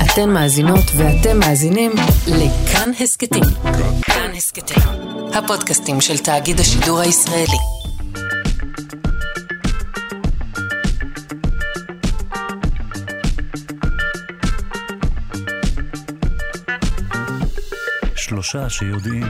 אתן מאזינות ואתם מאזינים לכאן הסקטים. כאן הסקטים, הפודקאסטים של תאגיד השידור הישראלי. שלושה שיודעים.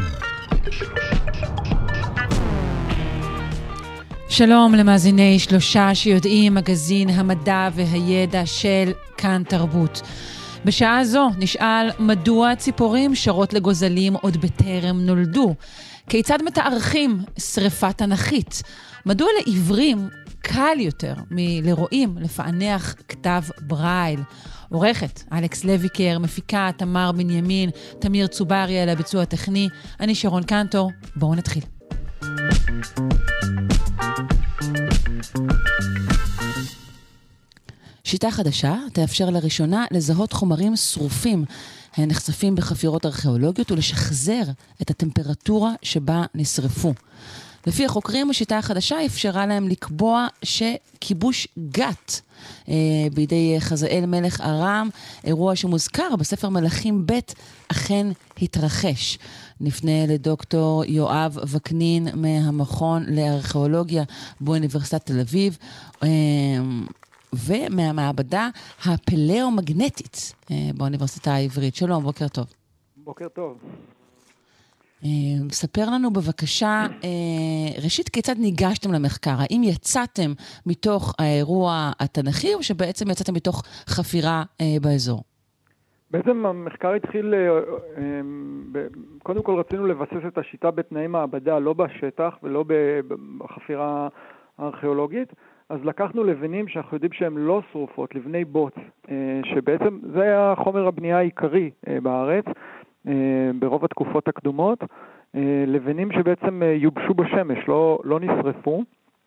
שלום למאזיני שלושה שיודעים, מגזין המדע והידע של כאן תרבות. בשעה זו נשאל מדוע ציפורים שרות לגוזלים עוד בטרם נולדו. כיצד מתארכים שריפה תנכית? מדוע לעברים קל יותר מלרואים לפענח כתב ברייל? עורכת אלכס לויקר, מפיקה תמר בנימין, תמיר צוברי על הביצוע הטכני, אני שרון קנטור. בואו נתחיל. שיטה חדשה תאפשר לראשונה לזהות חומרים שרופים הנחשפים בחפירות ארכיאולוגיות ולשחזר את הטמפרטורה שבה נשרפו. לפי החוקרים, השיטה החדשה אפשרה להם לקבוע שכיבוש גת בידי חזאל מלך ארם, אירוע שמוזכר בספר מלכים ב', אכן התרחש. נפנה לדוקטור יואב וקנין מהמכון לארכיאולוגיה באוניברסיטת תל אביב, ומהמעבדה הפלאומגנטית באוניברסיטה העברית. שלום, בוקר טוב. בוקר טוב. ספר לנו בבקשה, ראשית, כיצד ניגשתם למחקר? האם יצאתם מתוך האירוע התנ"כי, או שבעצם יצאתם מתוך חפירה באזור? בעצם המחקר התחיל, קודם כל רצינו לבסס את השיטה בתנאי מעבדה, לא בשטח ולא בחפירה הארכיאולוגית. אז לקחנו לבנים שאנחנו יודעים שהן לא שרופות, לבני בוץ, שבעצם זה היה חומר הבנייה העיקרי בארץ, ברוב התקופות הקדומות, לבנים שבעצם יובשו בשמש, לא נשרפו,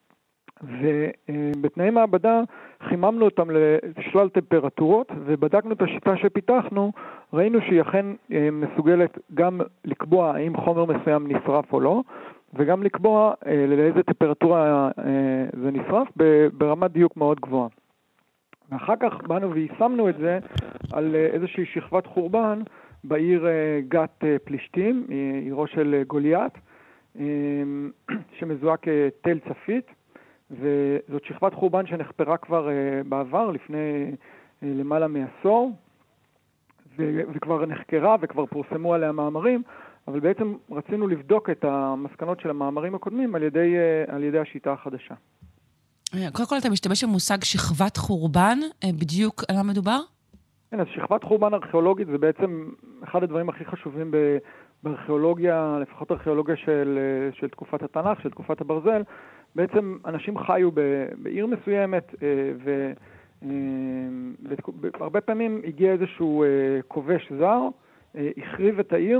ובתנאי מעבדה חיממנו אותם לשלל טמפרטורות, ובדקנו את השיטה שפיתחנו, ראינו שהיא אכן מסוגלת גם לקבוע האם חומר מסוים נשרף או לא, וגם לקבוע לאיזה טמפרטורה זה נשרף ברמת דיוק מאוד גבוהה. ואחר כך באנו ויישמנו את זה על איזושהי שכבת חורבן בעיר גת פלישתים, עירו של גוליית, שמזוהה כתל צפית, וזאת שכבת חורבן שנחפרה כבר בעבר, לפני למעלה מעשור, וכבר נחקרה וכבר פורסמו עליה מאמרים, אבל בעצם רצינו לבדוק את המסקנות של המאמרים הקודמים על ידי השיטה החדשה. קודם כל אתה משתמש במושג שכבת חורבן, בדיוק על מה מדובר? כן, אז שכבת חורבן ארכיאולוגית זה בעצם אחד הדברים הכי חשובים בארכיאולוגיה, לפחות ארכיאולוגיה של תקופת התנ"ך, של תקופת הברזל. בעצם אנשים חיו בעיר מסוימת, והרבה פעמים הגיע איזשהו כובש זר, החריב את העיר,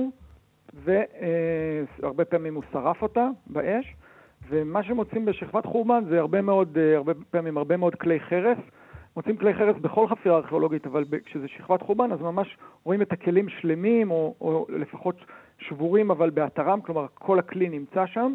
והרבה פעמים הוא שרף אותה באש, ומה שמוצאים בשכבת חורבן זה הרבה מאוד כלי חרס. מוצאים כלי חרס בכל חפירה ארכיאולוגית, אבל כשזה שכבת חורבן אז ממש רואים את הכלים שלמים או לפחות שבורים, אבל באתרם, כלומר כל הכלי נמצא שם,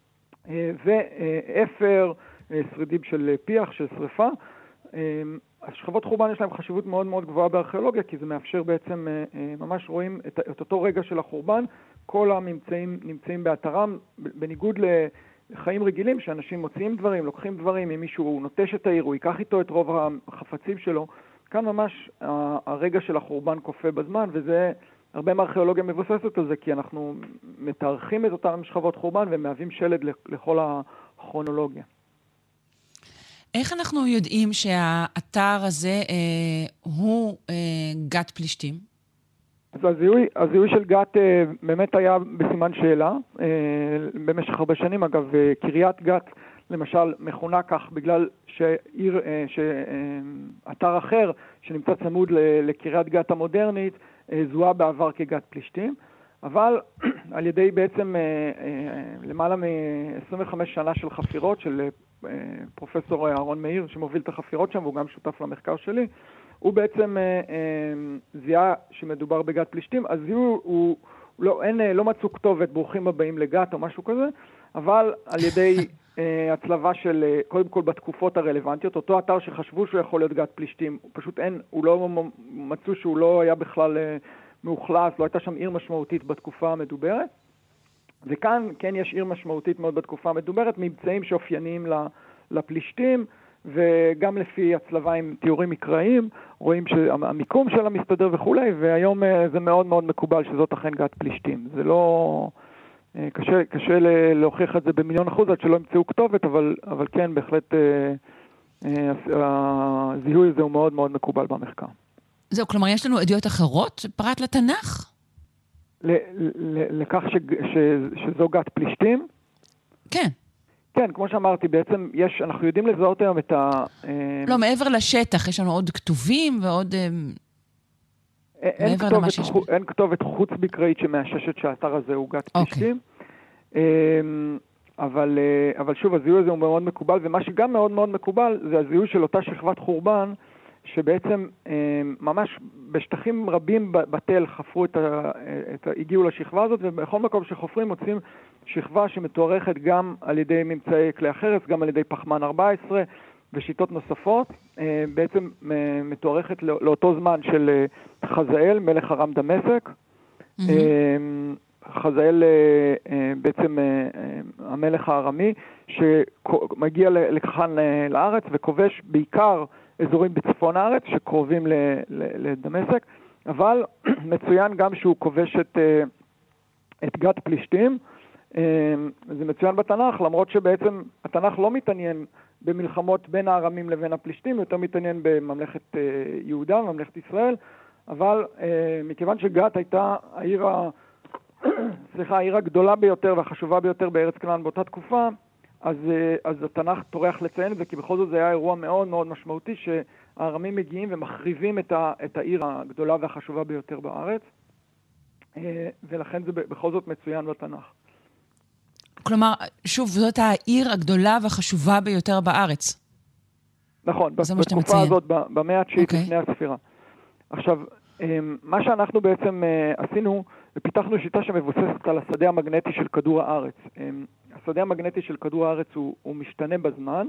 ואפר, שרידים של פיח, של שריפה. השכבות חורבן יש להם חשיבות מאוד מאוד גבוהה בארכיאולוגיה, כי זה מאפשר בעצם, ממש רואים את אותו רגע של החורבן, כל הממצאים נמצאים באתרם, בניגוד לחיים רגילים שאנשים מוציאים דברים, לוקחים דברים, אם מישהו נוטש את העיר, הוא ייקח איתו את רוב החפצים שלו. כאן ממש הרגע של החורבן קופא בזמן, וזה הרבה מהארכיאולוגיה מבוססת על זה, כי אנחנו מתארכים את אותם שכבות חורבן ומהווים שלד לכל הכרונולוגיה. איך אנחנו יודעים שהאתר הזה הוא גת פלישתים? אז הזיהוי של גת באמת היה בסימן שאלה במשך הרבה שנים. אגב, קריית גת למשל מכונה כך בגלל שאתר אחר שנמצא צמוד לקריית גת המודרנית זוהה בעבר כגת פלישתים, אבל על ידי בעצם למעלה מ-25 שנה של חפירות של פרופסור אהרון מאיר שמוביל את החפירות שם, והוא גם שותף למחקר שלי, הוא בעצם זיהה שמדובר בגת פלישתים. אז לא מצאו כתובת ברוכים הבאים לגת או משהו כזה, אבל על ידי הצלבה של, קודם כל בתקופות הרלוונטיות, אותו אתר שחשבו שהוא יכול להיות גת פלישתים, פשוט הוא לא מצאו שהוא לא היה בכלל מאוכלס, לא הייתה שם עיר משמעותית בתקופה המדוברת, וכאן כן יש עיר משמעותית מאוד בתקופה המדוברת, מבצעים שאופייניים לפלישתים, וגם לפי הצלבה עם תיאורים מקראיים, רואים שהמיקום שלה מסתדר וכולי, והיום זה מאוד מאוד מקובל שזאת אכן גת פלישתים. זה לא... קשה להוכיח את זה ב1,000,000% עד שלא ימצאו כתובת, אבל כן, בהחלט הזיהוי הזה הוא מאוד מאוד מקובל במחקר. זהו, כלומר, יש לנו עדויות אחרות פרט לתנ"ך? לכך שזו גת פלישתים? כן. כן, כמו שאמרתי, בעצם אנחנו יודעים לזהות היום את ה... לא, מעבר לשטח, יש לנו עוד כתובים ועוד... אין כתובת חוץ בקראית שמאששת שהאתר הזה הוא גת פלישתים. אבל שוב, הזיהוי הזה הוא מאוד מקובל, ומה שגם מאוד מאוד מקובל זה הזיהוי של אותה שכבת חורבן, שבעצם ממש בשטחים רבים בתל חפרו הגיעו לשכבה הזאת, ובכל מקום שחופרים מוצאים שכבה שמתוארכת גם על ידי ממצאי כלי החרס, גם על ידי פחמן 14 ושיטות נוספות, בעצם מתוארכת לאותו זמן של חזאל, מלך ארם דמשק. חזאל בעצם המלך הארמי, שמגיע לכאן לארץ וכובש בעיקר אזורים בצפון הארץ שקרובים לדמשק, אבל מצוין גם שהוא כובש את גת פלישתים. זה מצוין בתנ"ך, למרות שבעצם התנ"ך לא מתעניין במלחמות בין הארמים לבין הפלישתים, יותר מתעניין בממלכת יהודה, ממלכת ישראל, אבל מכיוון שגת הייתה העיר הגדולה ביותר והחשובה ביותר בארץ כנען באותה תקופה, אז התנ"ך טורח לציין את זה, כי בכל זאת זה היה אירוע מאוד מאוד משמעותי, שהארמים מגיעים ומחריבים את העיר הגדולה והחשובה ביותר בארץ, ולכן זה בכל זאת מצוין בתנ"ך. כלומר, שוב, זאת העיר הגדולה והחשובה ביותר בארץ. נכון, בתקופה הזאת, במאה התשיעית לפני הספירה. עכשיו, מה שאנחנו בעצם עשינו, פיתחנו שיטה שמבוססת על השדה המגנטי של כדור הארץ. השדה המגנטי של כדור הארץ הוא משתנה בזמן,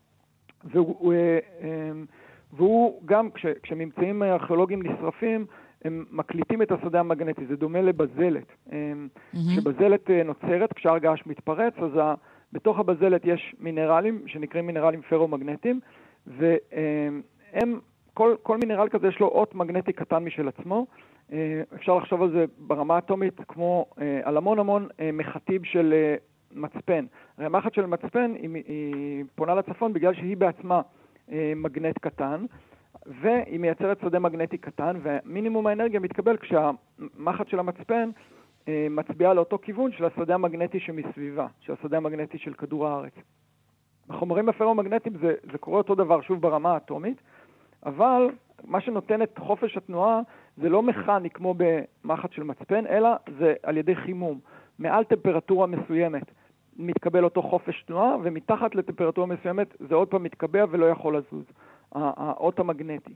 והוא גם כשממצאים ארכיאולוגיים נשרפים, הם מקליטים את השדה המגנטי. זה דומה לבזלת. כשבזלת נוצרת, כשהר געש מתפרץ, אז בתוך הבזלת יש מינרלים שנקראים מינרלים פרו-מגנטיים, והם, כל מינרל כזה יש לו אות מגנטי קטן משל עצמו. אפשר לחשוב על זה ברמה אטומית כמו על המון מחטיב של מצפן. הרי המחט של מצפן היא פונה לצפון בגלל שהיא בעצמה מגנט קטן, והיא מייצרת שדה מגנטי קטן, ומינימום האנרגיה מתקבל כשהמחט של המצפן מצביעה לאותו כיוון של השדה המגנטי שמסביבה, של השדה המגנטי של כדור הארץ. בחומרים הפרו-מגנטיים זה קורה אותו דבר, שוב ברמה האטומית, אבל מה שנותן את חופש התנועה זה לא מכני כמו במחט של מצפן, אלא זה על ידי חימום. מעל טמפרטורה מסוימת מתקבל אותו חופש תנועה, ומתחת לטמפרטורה מסוימת זה עוד פעם מתקבע ולא יכול לזוז, האות המגנטי.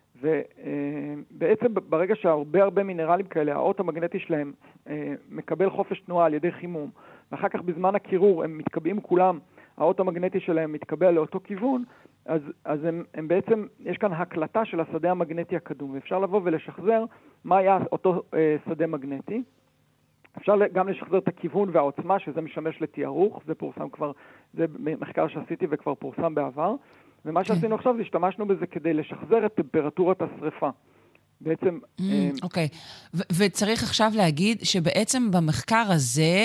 ובעצם ברגע שהרבה מינרלים כאלה, האות המגנטי שלהם מקבל חופש תנועה על ידי חימום, ואחר כך בזמן הקירור הם מתקבעים כולם, האות המגנטי שלהם מתקבע לאותו כיוון, אז הם בעצם, יש כאן הקלטה של השדה המגנטי הקדום, ואפשר לבוא ולשחזר מה היה אותו שדה מגנטי. אפשר גם לשחזר את הכיוון והעוצמה, שזה משמש לתיארוך, זה פורסם כבר, זה מחקר שעשיתי וכבר פורסם בעבר, ומה שעשינו עכשיו זה השתמשנו בזה כדי לשחזר את טמפרטורת השריפה. בעצם... אוקיי, וצריך עכשיו להגיד שבעצם במחקר הזה,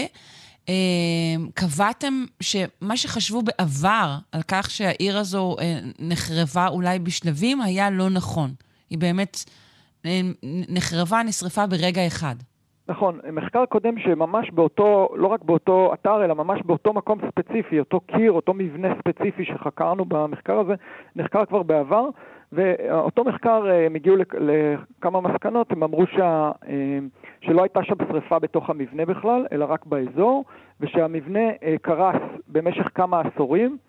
קבעתם שמה שחשבו בעבר על כך שהעיר הזו נחרבה אולי בשלבים היה לא נכון. היא באמת נחרבה, נשרפה ברגע אחד. נכון, מחקר קודם שממש באותו, לא רק באותו אתר, אלא ממש באותו מקום ספציפי, אותו קיר, אותו מבנה ספציפי שחקרנו במחקר הזה, נחקר כבר בעבר, ואותו מחקר הם הגיעו לכמה מסקנות, הם אמרו שלא הייתה שם שריפה בתוך המבנה בכלל, אלא רק באזור, ושהמבנה קרס במשך כמה עשורים,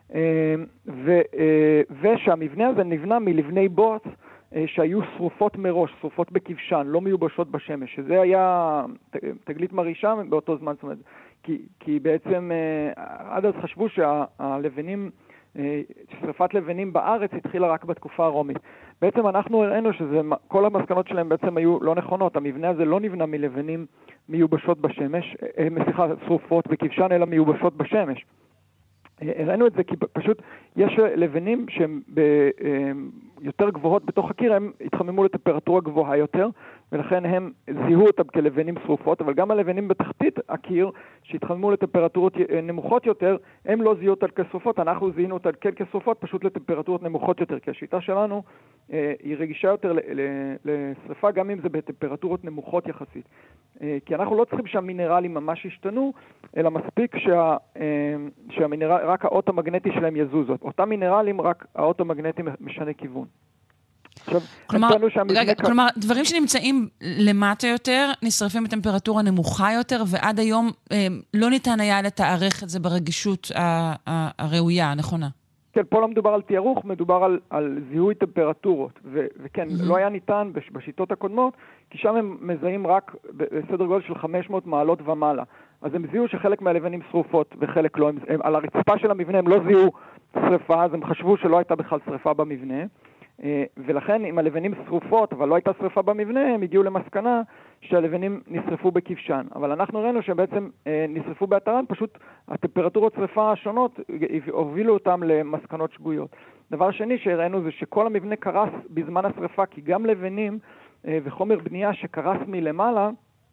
ושהמבנה הזה נבנה מלבני בוץ, שהיו שרופות מראש, שרופות בכבשן, לא מיובשות בשמש, שזה היה תגלית מרעישה באותו זמן, זאת אומרת, כי בעצם עד אז חשבו שהלבנים, ששרפת לבנים בארץ התחילה רק בתקופה הרומית. בעצם אנחנו הראינו שכל המסקנות שלהם בעצם היו לא נכונות. המבנה הזה לא נבנה מלבנים מיובשות בשמש, שרופות בכבשן, אלא מיובשות בשמש. הראינו את זה כי פשוט יש לבנים שהם יותר גבוהות בתוך הקיר, הם התחממו לטמפרטורה גבוהה יותר, ולכן הם זיהו אותם כלבנים שרופות, אבל גם הלבנים בתחתית הקיר, שהתחממו לטמפרטורות נמוכות יותר, הם לא זיהו אותם כשרופות, אנחנו זיהינו אותם כן כשרופות, פשוט לטמפרטורות נמוכות יותר, כי השיטה שלנו היא רגישה יותר לשרפה, גם אם זה בטמפרטורות נמוכות יחסית. כי אנחנו לא צריכים שהמינרלים ממש ישתנו, אלא מספיק רק האות המגנטי שלהם יזוזות. אותם מינרלים, רק האות המגנטי משנה כיוון. כלומר, דברים שנמצאים למטה יותר, נשרפים בטמפרטורה נמוכה יותר, ועד היום לא ניתן היה לתארך את זה ברגישות הראויה, הנכונה. כן, פה לא מדובר על תיארוך, מדובר על זיהוי טמפרטורות, וכן, לא היה ניתן בשיטות הקודמות, כי שם הם מזהים רק בסדר גודל של 500 מעלות ומעלה. אז הם זיהו שחלק מהלבנים שרופות וחלק לא, על הרצפה של המבנה הם לא זיהו שרפה, אז הם חשבו שלא הייתה בכלל שרפה במבנה, ולכן אם הלבנים שרופות אבל לא הייתה שרפה במבנה, הם הגיעו למסקנה שהלבנים נשרפו בכבשן. אבל אנחנו ראינו שבעצם נשרפו באתרן, פשוט הטמפרטורות שרפה השונות הובילו אותם למסקנות שגויות. דבר שני שהראינו זה שכל המבנה קרס בזמן השרפה, כי גם לבנים וחומר בנייה שקרס מלמעלה,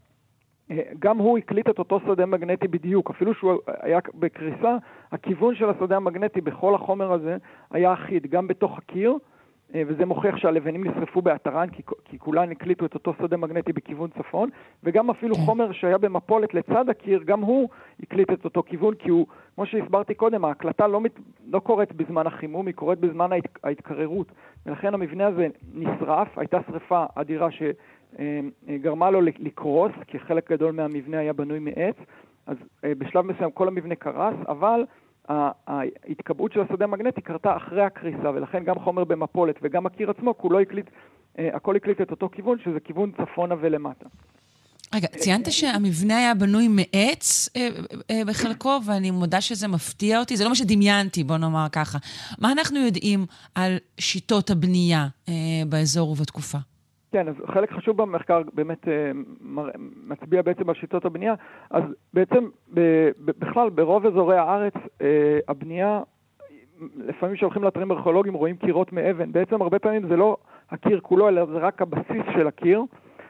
גם הוא הקליט את אותו שדה מגנטי בדיוק, אפילו שהוא היה בקריסה, הכיוון של השדה המגנטי בכל החומר הזה היה אחיד, גם בתוך הקיר, וזה מוכיח שהלבנים נשרפו באתרן, כי כולן הקליטו את אותו שדה מגנטי בכיוון צפון, וגם אפילו חומר שהיה במפולת לצד הקיר, גם הוא הקליט את אותו כיוון, כי הוא, כמו שהסברתי קודם, ההקלטה לא קורית בזמן החימום, היא קורית בזמן ההתקררות, ולכן המבנה הזה נשרף, הייתה שריפה אדירה שגרמה לו לקרוס, כי חלק גדול מהמבנה היה בנוי מעץ, אז בשלב מסוים כל המבנה קרס, אבל ההתקבעות של השדה המגנטי קרתה אחרי הקריסה, ולכן גם חומר במפולת וגם הקיר עצמו, הכל הקליט את אותו כיוון, שזה כיוון צפונה ולמטה. רגע, ציינת שהמבנה היה בנוי מעץ בחלקו, ואני מודה שזה מפתיע אותי, זה לא מה שדמיינתי, בוא נאמר ככה. מה אנחנו יודעים על שיטות הבנייה באזור ובתקופה? כן, אז חלק חשוב במחקר באמת מצביע בעצם על שיטות הבנייה, אז בעצם בכלל ברוב אזורי הארץ הבנייה, לפעמים שהולכים לאתרים ארכיאולוגיים רואים קירות מאבן, בעצם הרבה פעמים זה לא הקיר כולו, אלא זה רק הבסיס של הקיר,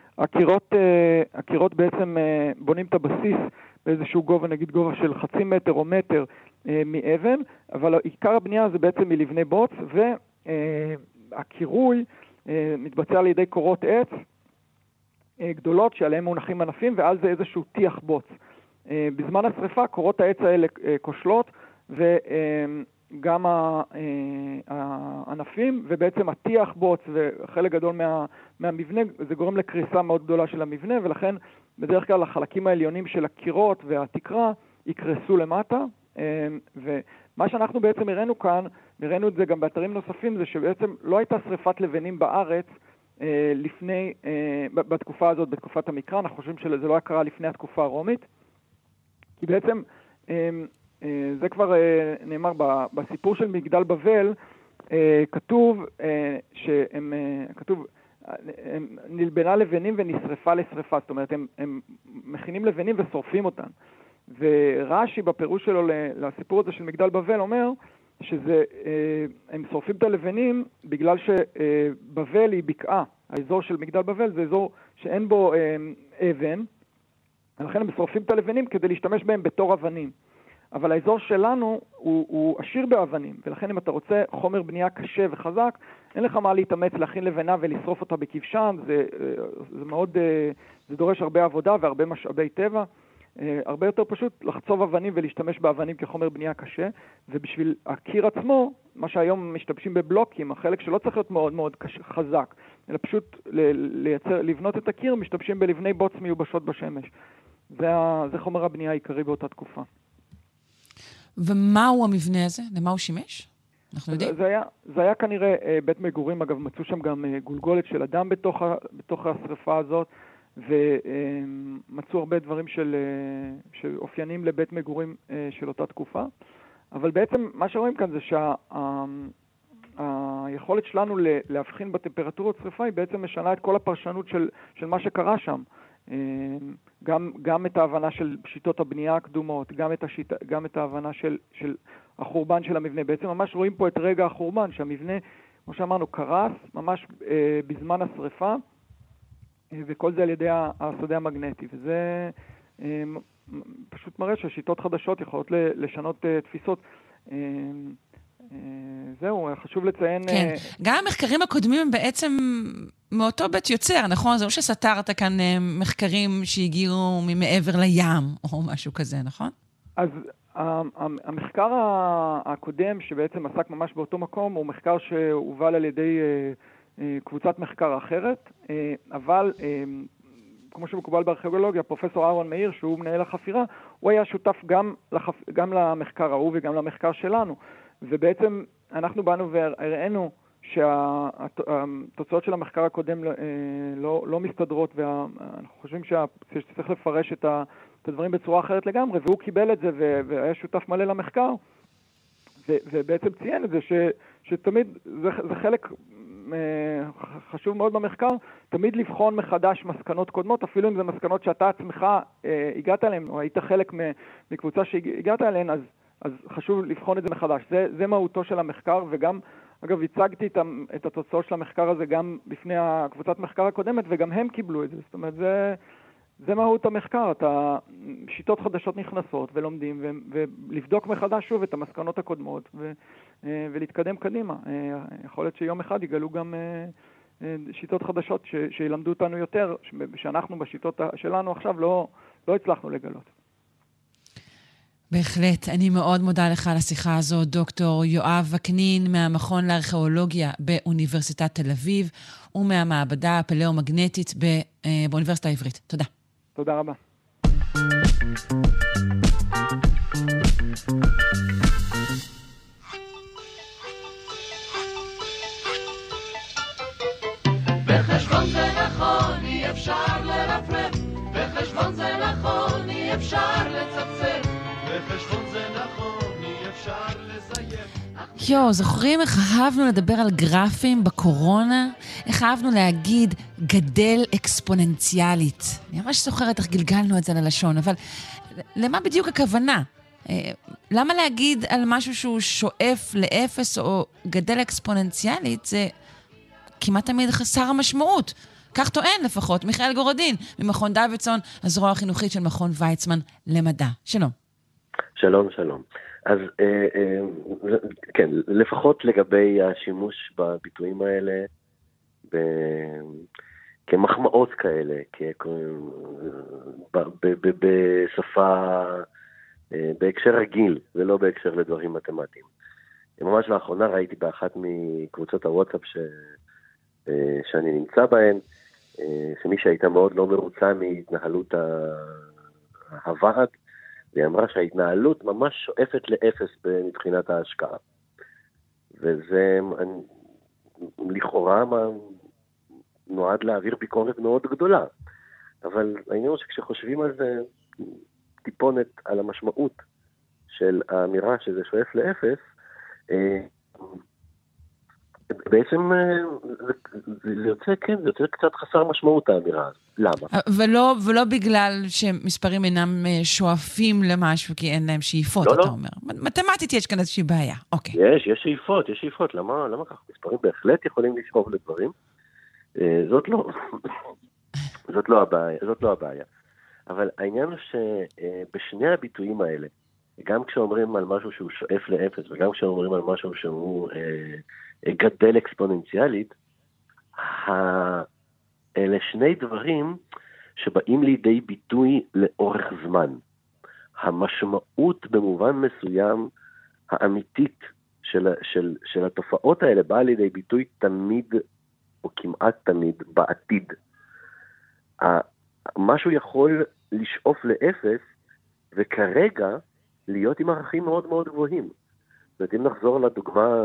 הקירות בעצם בונים את הבסיס באיזשהו גובה, נגיד גובה של 0.5 מטר או מטר מאבן, אבל עיקר הבנייה זה בעצם מלבני בוץ, והקירוי מתבצע על ידי קורות עץ גדולות שעליהם מונחים ענפים, ועל זה איזשהו טיח בוץ. בזמן השריפה קורות העץ האלה כושלות, וגם הענפים, ובעצם הטיח בוץ וחלק גדול מהמבנה, זה גורם לקריסה מאוד גדולה של המבנה, ולכן בדרך כלל החלקים העליונים של הקירות והתקרה יקרסו למטה, ומה שאנחנו בעצם הראינו כאן, הראינו את זה גם באתרים נוספים, זה שבעצם לא הייתה שריפת לבנים בארץ לפני, בתקופה הזאת, בתקופת המקרא, אנחנו חושבים שזה לא קרה לפני התקופה הרומית, כי בעצם זה כבר נאמר בסיפור של מגדל בבל, כתוב נלבנה לבנים ונשרפה לשריפה, זאת אומרת הם מכינים לבנים ושורפים אותן. ורש"י בפירוש שלו לסיפור הזה של מגדל בבל אומר הם שורפים את הלבנים בגלל שבבל היא בקעה. האזור של מגדל בבל זה אזור שאין בו אבן, ולכן הם שורפים את הלבנים כדי להשתמש בהם בתור אבנים. אבל האזור שלנו הוא עשיר באבנים, ולכן אם אתה רוצה חומר בנייה קשה וחזק, אין לך מה להתאמץ להכין לבנה ולשרוף אותה בכבשן, זה דורש הרבה עבודה והרבה משאבי טבע, הרבה יותר פשוט לחצוב אבנים ולהשתמש באבנים כחומר בנייה קשה, ובשביל הקיר עצמו, מה שהיום משתמשים בבלוקים, החלק שלא צריך להיות מאוד מאוד חזק, אלא פשוט לבנות את הקיר, משתמשים בלבני בוץ מיובשות בשמש. זה חומר הבנייה העיקרי באותה תקופה. ומהו המבנה הזה? למה הוא שימש? אנחנו יודעים. זה היה כנראה בית מגורים, אגב, מצאו שם גם גולגולת של אדם בתוך השריפה הזאת, ומצאו הרבה דברים שאופיינים לבית מגורים של אותה תקופה. אבל בעצם מה שרואים כאן זה שהיכולת שלנו להבחין בטמפרטורות שריפה היא בעצם משנה את כל הפרשנות של מה שקרה שם. גם את ההבנה של שיטות הבנייה הקדומות, גם את ההבנה של החורבן של המבנה. בעצם ממש רואים פה את רגע החורבן, שהמבנה, כמו שאמרנו, קרס ממש בזמן השריפה, וכל זה על ידי השדה המגנטי. וזה פשוט מראה ששיטות חדשות יכולות לשנות תפיסות. זהו, חשוב לציין... כן, גם המחקרים הקודמים הם בעצם מאותו בית יוצר, נכון? זה לא שסתרת כאן מחקרים שהגיעו ממעבר לים או משהו כזה, נכון? אז המחקר הקודם שבעצם עסק ממש באותו מקום הוא מחקר שהובל על ידי קבוצת מחקר אחרת, אבל כמו שמקובל בארכיאולוגיה, פרופסור אהרון מאיר, שהוא מנהל החפירה, הוא היה שותף גם למחקר ההוא וגם למחקר שלנו. ובעצם אנחנו באנו והראינו שהתוצאות של המחקר הקודם לא מסתדרות, ואנחנו חושבים שצריך לפרש את הדברים בצורה אחרת לגמרי, והוא קיבל את זה והיה שותף מלא למחקר, ובעצם ציין את זה שתמיד זה חלק חשוב מאוד במחקר, תמיד לבחון מחדש מסקנות קודמות, אפילו אם זה מסקנות שאתה עצמך הגעת אליהן, או היית חלק מקבוצה שהגעת אליהן, אז חשוב לבחון את זה מחדש. זה מהותו של המחקר, וגם, אגב, הצגתי את התוצאות של המחקר הזה גם בפני הקבוצת מחקר הקודמת, וגם הם קיבלו את זה. זאת אומרת, זה מהות המחקר. שיטות חדשות נכנסות ולומדים, ולבדוק מחדש שוב את המסקנות הקודמות, ולהתקדם קדימה. יכול להיות שיום אחד יגלו גם שיטות חדשות שילמדו אותנו יותר, שאנחנו בשיטות שלנו עכשיו לא הצלחנו לגלות. בהחלט, אני מאוד מודה לך על השיחה הזו, דוקטור יואב וקנין מהמכון לארכיאולוגיה באוניברסיטת תל אביב, ומהמעבדה הפלאומגנטית באוניברסיטה העברית. תודה. תודה רבה. בחשבון זה נכון, אי אפשר לרפרף, בחשבון זה נכון, אי אפשר לצפצף, בחשבון זה נכון, אי אפשר לזייף. זוכרים איך אהבנו לדבר על גרפים בקורונה? איך אהבנו להגיד גדל אקספוננציאלית? אני ממש זוכרת איך גלגלנו את זה ללשון, אבל למה בדיוק הכוונה? למה להגיד על משהו שהוא שואף לאפס או גדל אקספוננציאלית? זה כמעט תמיד חסר המשמעות. כך טוען לפחות מיכאל גורדין, ממכון דוידסון, הזרוע החינוכית של מכון ויצמן למדע. שלום. שלום, שלום. אז כן, לפחות לגבי השימוש בביטויים האלה, כמחמאות כאלה, בשפה, בהקשר רגיל, ולא בהקשר לדברים מתמטיים. ממש לאחרונה ראיתי באחת מקבוצות הוואטסאפ שאני נמצא בהן, שמי שהייתה מאוד לא מרוצה מהתנהלות הוועד, והיא אמרה שההתנהלות ממש שואפת לאפס מבחינת ההשקעה. וזה לכאורה נועד להעביר ביקורת מאוד גדולה. אבל העניין הוא שכשחושבים על זה טיפונת על המשמעות של האמירה שזה שואף לאפס, בעצם זה יוצא קצת חסר משמעות האמירה הזאת. למה? ולא בגלל שמספרים אינם שואפים למשהו, כי אין להם שאיפות, לא, אתה אומר. מתמטית יש כאן איזושהי בעיה. אוקיי. יש שאיפות. למה כך? מספרים בהחלט יכולים לשאוף לדברים. זאת לא הבעיה. אבל העניין הוא שבשני הביטויים האלה, גם כשאומרים על משהו שהוא שואף לאפס, וגם כשאומרים על משהו שהוא גדל אקספוננציאלית, אלה שני דברים שבאים לידי ביטוי לאורך זמן. המשמעות במובן מסוים האמיתית של התופעות האלה באה לידי ביטוי תמיד, או כמעט תמיד, בעתיד. משהו יכול לשאוף לאפס, וכרגע להיות עם ערכים מאוד מאוד גבוהים. זאת אומרת, אם נחזור לדוגמה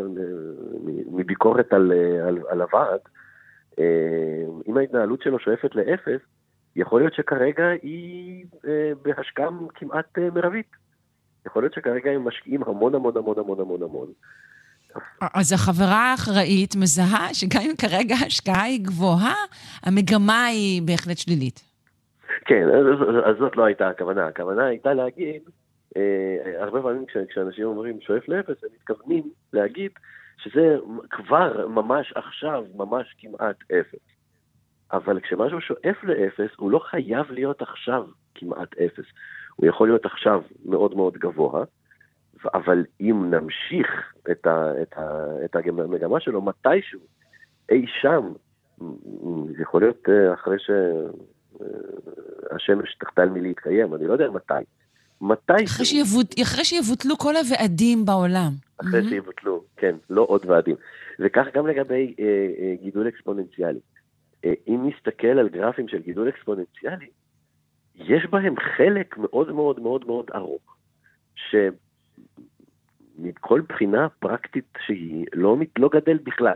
מביקורת על הוועד, אם ההתנהלות שלו שואפת לאפס, יכול להיות שכרגע היא בהשקעה כמעט מרבית. יכול להיות שכרגע הם משקיעים המון המון המון המון המון המון. אז החברה האחראית מזהה שגם אם כרגע ההשקעה היא גבוהה, המגמה היא בהחלט שלילית. כן, אז זאת לא הייתה הכוונה. הכוונה הייתה להגיד, הרבה פעמים כשאנשים אומרים שואף לאפס, הם מתכוונים להגיד שזה כבר ממש עכשיו, ממש כמעט אפס. אבל כשמשהו שואף לאפס, הוא לא חייב להיות עכשיו כמעט אפס. הוא יכול להיות עכשיו מאוד מאוד גבוה, אבל אם נמשיך את המגמה שלו מתישהו, אי שם, זה יכול להיות אחרי שהשמש תחדל מלהתקיים, אני לא יודע מתי. אחרי שיבוטלו כל הוועדים בעולם. אחרי שיבוטלו, כן, לא עוד ועדים. וכך גם לגבי גידול אקספוננציאלי. אם נסתכל על גרפים של גידול אקספוננציאלי, יש בהם חלק מאוד מאוד מאוד מאוד ארוך, שמכל בחינה פרקטית שהיא לא גדל בכלל.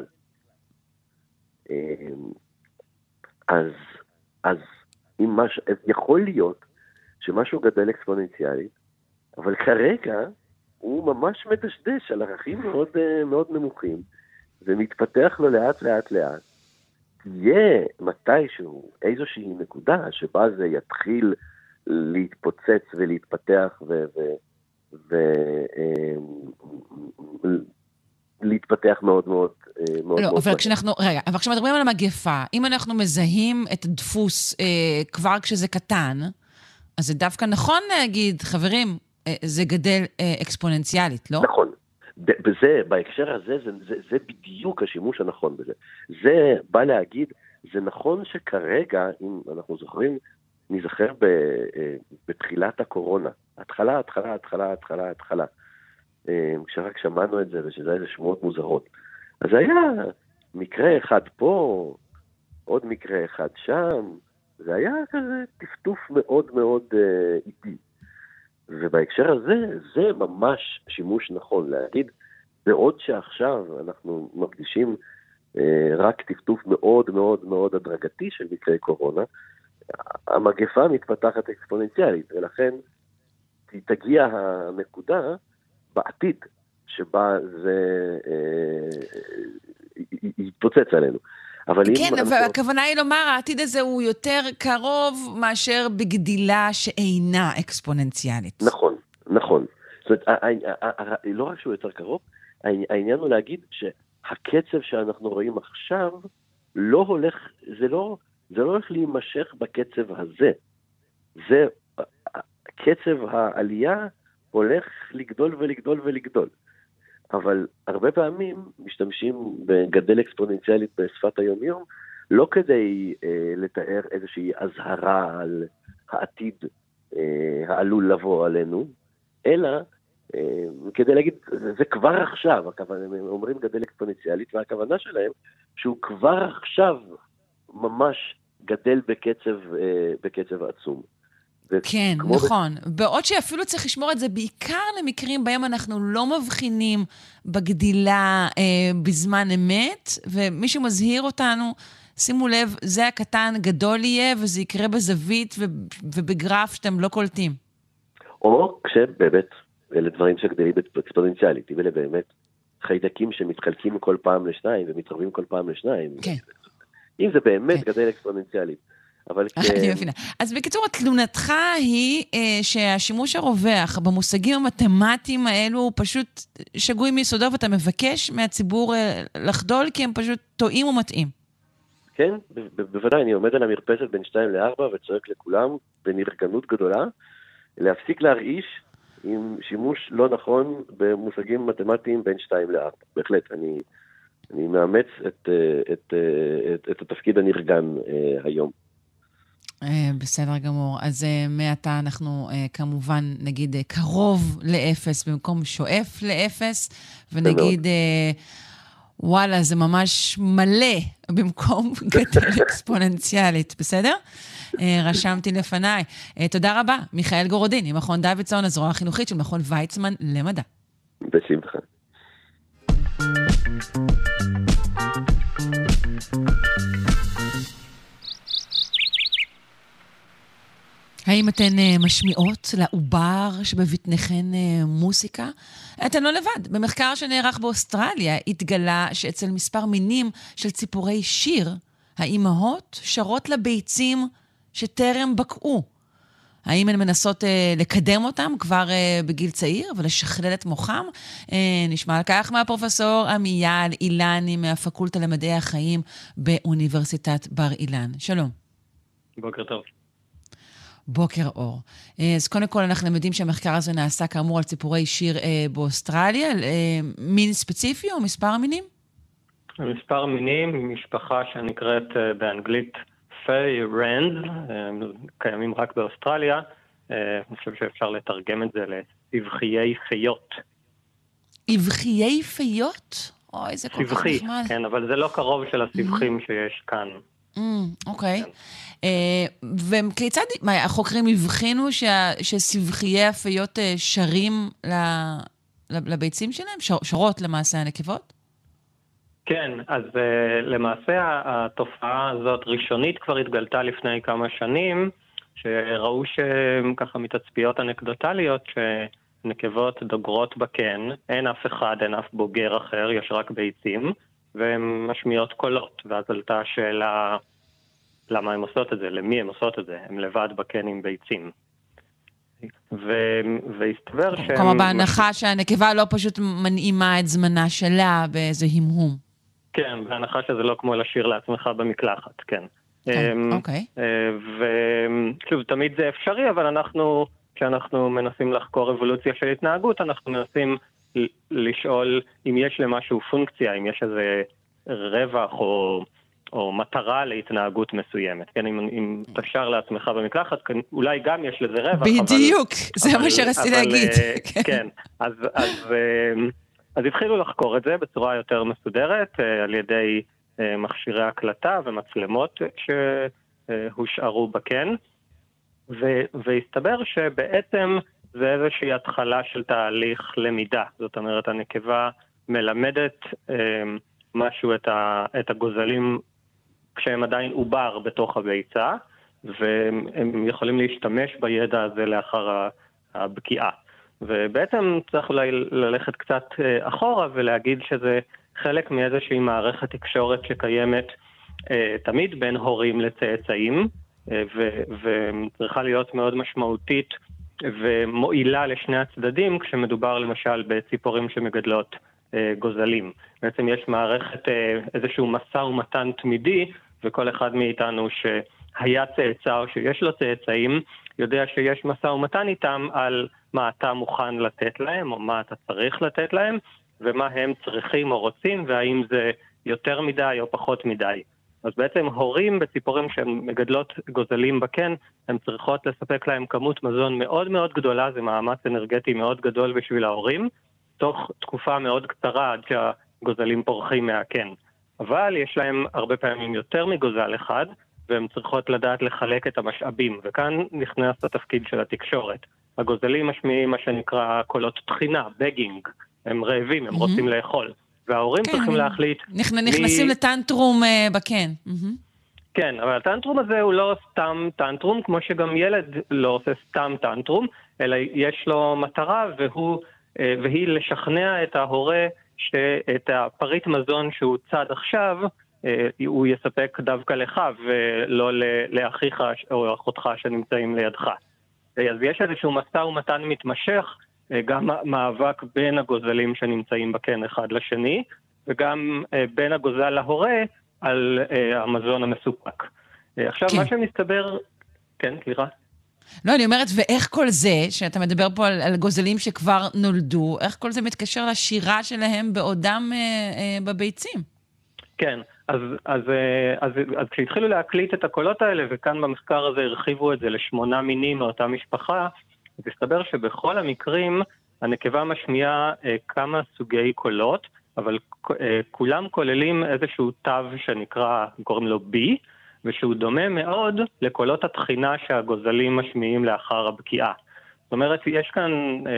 אז יכול להיות שמשהו גדל אקספוננציאלית, אבל כרגע הוא ממש מדשדש על ערכים מאוד מאוד נמוכים, ומתפתח לו לאט לאט לאט. תהיה מתישהו איזושהי נקודה שבה זה יתחיל להתפוצץ ולהתפתח להתפתח מאוד מאוד מאוד. לא, אבל כשמדברים על המגפה, אם אנחנו מזהים את הדפוס כבר כשזה קטן, אז זה דווקא נכון להגיד, חברים, זה גדל אקספוננציאלית, לא? נכון. בזה, בהקשר הזה, זה בדיוק השימוש הנכון בזה. זה בא להגיד, זה נכון שכרגע, אם אנחנו זוכרים, נזכר בתחילת הקורונה. התחלה. כשרק שמענו את זה, ושזה איזה שמועות מוזרות. אז היה מקרה אחד פה, עוד מקרה אחד שם, זה היה כזה טפטוף מאוד מאוד איטי. ובהקשר הזה, זה ממש שימוש נכון להגיד, בעוד שעכשיו אנחנו מקדישים רק טפטוף מאוד מאוד מאוד הדרגתי של מקרי קורונה, המגפה מתפתחת אקספוננציאלית, ולכן תגיע הנקודה בעתיד שבה זה יתפוצץ עלינו. כן, והכוונה היא לומר, העתיד הזה הוא יותר קרוב מאשר בגדילה שאינה אקספוננציאלית. נכון. זאת אומרת, לא רק שהוא יותר קרוב, העניין הוא להגיד שהקצב שאנחנו רואים עכשיו לא הולך, זה לא הולך להימשך בקצב הזה. קצב העלייה הולך לגדול ולגדול ולגדול. אבל הרבה פעמים משתמשים בגדל אקספוננציאלית בשפת היום-יום, לא כדי לתאר איזושהי הזהרה על העתיד העלול לבוא עלינו, אלא כדי להגיד, זה כבר עכשיו, הם אומרים גדל אקספוננציאלית, והכוונה שלהם שהוא כבר עכשיו ממש גדל בקצב עצום. כן, נכון. בעוד שאפילו צריך לשמור את זה בעיקר למקרים בהם אנחנו לא מבחינים בגדילה בזמן אמת, ומישהו מזהיר אותנו, שימו לב, זה הקטן גדול יהיה, וזה יקרה בזווית ובגרף שאתם לא קולטים. או כשבאמת, אלה דברים שגדלים אקספוננציאלית, אלה באמת חיידקים שמתחלקים כל פעם לשניים, ומתרבים כל פעם לשניים. כן. אם זה באמת גדל אקספוננציאלית. אני מבינה. אז בקיצור, תלונתך היא שהשימוש הרווח במושגים המתמטיים האלו הוא פשוט שגוי מיסודו, ואתה מבקש מהציבור לחדול, כי הם פשוט טועים ומטעים. כן, בוודאי, אני עומד על המרפסת בין 2 ל-4 וצועק לכולם בנרגנות גדולה, להפסיק להרעיש עם שימוש לא נכון במושגים מתמטיים בין 2 ל-4. בהחלט, אני מאמץ את התפקיד הנרגן היום. בסדר גמור. אז מעתה אנחנו כמובן נגיד קרוב לאפס במקום שואף לאפס, ונגיד וואלה, זה ממש מלא במקום גדל אקספוננציאלית, בסדר? רשמתי לפניי. תודה רבה, מיכאל גורודין, ממכון דוידסון, הזרוע החינוכית של מכון ויצמן למדע. בשמחה. האם אתן משמיעות לעובר שבבטניכן מוסיקה? אתן לא לבד. במחקר שנערך באוסטרליה התגלה שאצל מספר מינים של ציפורי שיר, האימהות שרות לביצים שטרם בקעו. האם הן מנסות לקדם אותם כבר בגיל צעיר ולשכלל את מוחם? נשמע על כך מהפרופסור עמיאל אילני מהפקולטה למדעי החיים באוניברסיטת בר אילן. שלום. בוקר טוב. בוקר אור. אז קודם כל אנחנו למדים שהמחקר הזה נעשה כאמור על ציפורי שיר באוסטרליה. מין ספציפי או מספר המינים? מספר מינים, משפחה שנקראת באנגלית פיי רנדס, קיימים רק באוסטרליה. אני חושב שאפשר לתרגם את זה לסבחיי פיות. סבחיי פיות? אוי, זה כל כך נחמד. כן, אבל זה לא קרוב של הסבכים שיש כאן. אוקיי. וכיצד, החוקרים הבחינו שסבחיי הפיות שרים לביצים שלהם? שרות למעשה הנקבות? כן, אז למעשה התופעה הזאת ראשונית כבר התגלתה לפני כמה שנים, שראו שככה מתצפיות אנקדוטליות שנקבות דוגרות בקן, אין אף אחד, אין אף בוגר אחר, יש רק ביצים, והן משמיעות קולות, ואז עלתה השאלה למה הן עושות את זה, למי הן עושות את זה, הן לבד בקן עם ביצים. והסתבר שהן... כלומר בהנחה שהנקבה לא פשוט מנעימה את זמנה שלה באיזה המהום. כן, בהנחה שזה לא כמו לשיר לעצמך במקלחת, כן. אוקיי. ושוב, תמיד זה אפשרי, אבל כשאנחנו מנסים לחקור אבולוציה של התנהגות, אנחנו מנסים לשאול אם יש למשהו פונקציה, אם יש איזה רווח או מטרה להתנהגות מסוימת. כן, אם תשר לעצמך במקלחת, אולי גם יש לזה רווח. בדיוק, זה מה שרציתי להגיד. כן, אז התחילו לחקור את זה בצורה יותר מסודרת, על ידי מכשירי הקלטה ומצלמות שהושארו בקן, והסתבר שבעצם זה איזושהי התחלה של תהליך למידה. זאת אומרת, הנקבה מלמדת משהו את הגוזלים כשהם עדיין עובר בתוך הביצה, והם יכולים להשתמש בידע הזה לאחר הבקיעה. ובעצם צריך אולי ללכת קצת אחורה ולהגיד שזה חלק מאיזושהי מערכת תקשורת שקיימת תמיד בין הורים לצאצאים, וצריכה להיות מאוד משמעותית ומועילה לשני הצדדים כשמדובר למשל בציפורים שמגדלות גוזלים. בעצם יש מערכת איזשהו מסע ומתן תמידי, וכל אחד מאיתנו שהיה צאצא או שיש לו צאצאים יודע שיש מסע ומתן איתם על מה אתה מוכן לתת להם או מה אתה צריך לתת להם ומה הם צריכים או רוצים והאם זה יותר מדי או פחות מדי. אז בעצם הורים בציפורים שהן מגדלות גוזלים בקן, הן צריכות לספק להם כמות מזון מאוד מאוד גדולה, זה מאמץ אנרגטי מאוד גדול בשביל ההורים, תוך תקופה מאוד קצרה עד שהגוזלים פורחים מהקן. אבל יש להם הרבה פעמים יותר מגוזל אחד, והן צריכות לדעת לחלק את המשאבים, וכאן נכנס התפקיד של התקשורת. הגוזלים משמיעים מה שנקרא קולות תחינה, בגינג, הם רעבים, הם רוצים לאכול. וההורים צריכים להחליט... נכנסים לטנטרום בקן. כן, אבל הטנטרום הזה הוא לא סתם טנטרום, כמו שגם ילד לא עושה סתם טנטרום, אלא יש לו מטרה, והיא לשכנע את ההורה שאת הפריט מזון שהוא צד עכשיו, הוא יספק דווקא לך, ולא לאחיך או אחותך שנמצאים לידך. אז יש איזשהו מסע ומתן מתמשך, גם מאבק בין הגוזלים שנמצאים בקן אחד לשני, וגם בין הגוזל להורה על המזון המסופק. עכשיו, מה שמסתבר... כן, סליחה. לא, אני אומרת, ואיך כל זה, שאתה מדבר פה על גוזלים שכבר נולדו, איך כל זה מתקשר לשירה שלהם בעודם בביצים? כן, אז כשהתחילו להקליט את הקולות האלה, וכאן במחקר הזה הרחיבו את זה ל8 מינים מאותה משפחה, אז הסתבר שבכל המקרים הנקבה משמיעה כמה סוגי קולות, אבל כולם כוללים איזשהו תו שנקרא, קוראים לו B, ושהוא דומה מאוד לקולות התחינה שהגוזלים משמיעים לאחר הבקיעה. זאת אומרת, יש כאן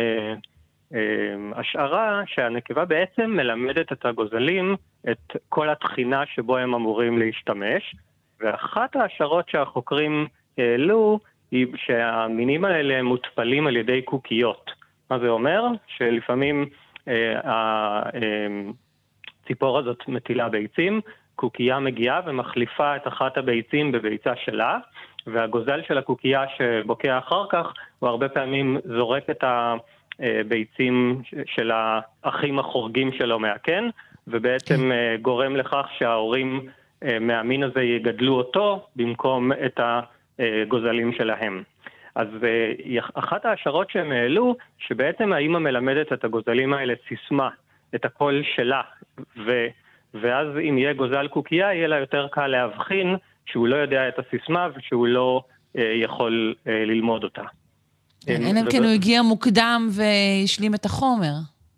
השערה שהנקבה בעצם מלמדת את הגוזלים את כל התחינה שבו הם אמורים להשתמש, ואחת ההשערות שהחוקרים העלו היא שהמינים האלה מוטפלים על ידי קוקיות. מה זה אומר? שלפעמים הציפור הזאת מטילה ביצים, קוקייה מגיעה ומחליפה את אחת הביצים בביצה שלה, והגוזל של הקוקייה שבוקע אחר כך, הוא הרבה פעמים זורק את הביצים של האחים החורגים שלו מהקן, ובעצם גורם לכך שההורים מהמין הזה יגדלו אותו במקום את הגוזלים שלהם. אז אחת ההשערות שהם העלו, שבעצם האמא מלמדת את הגוזלים האלה סיסמה, את הקול שלה, ואז אם יהיה גוזל קוקייה, יהיה לה יותר קל להבחין שהוא לא יודע את הסיסמה ושהוא לא יכול ללמוד אותה. אלא אם כן הוא הגיע מוקדם והשלים את החומר.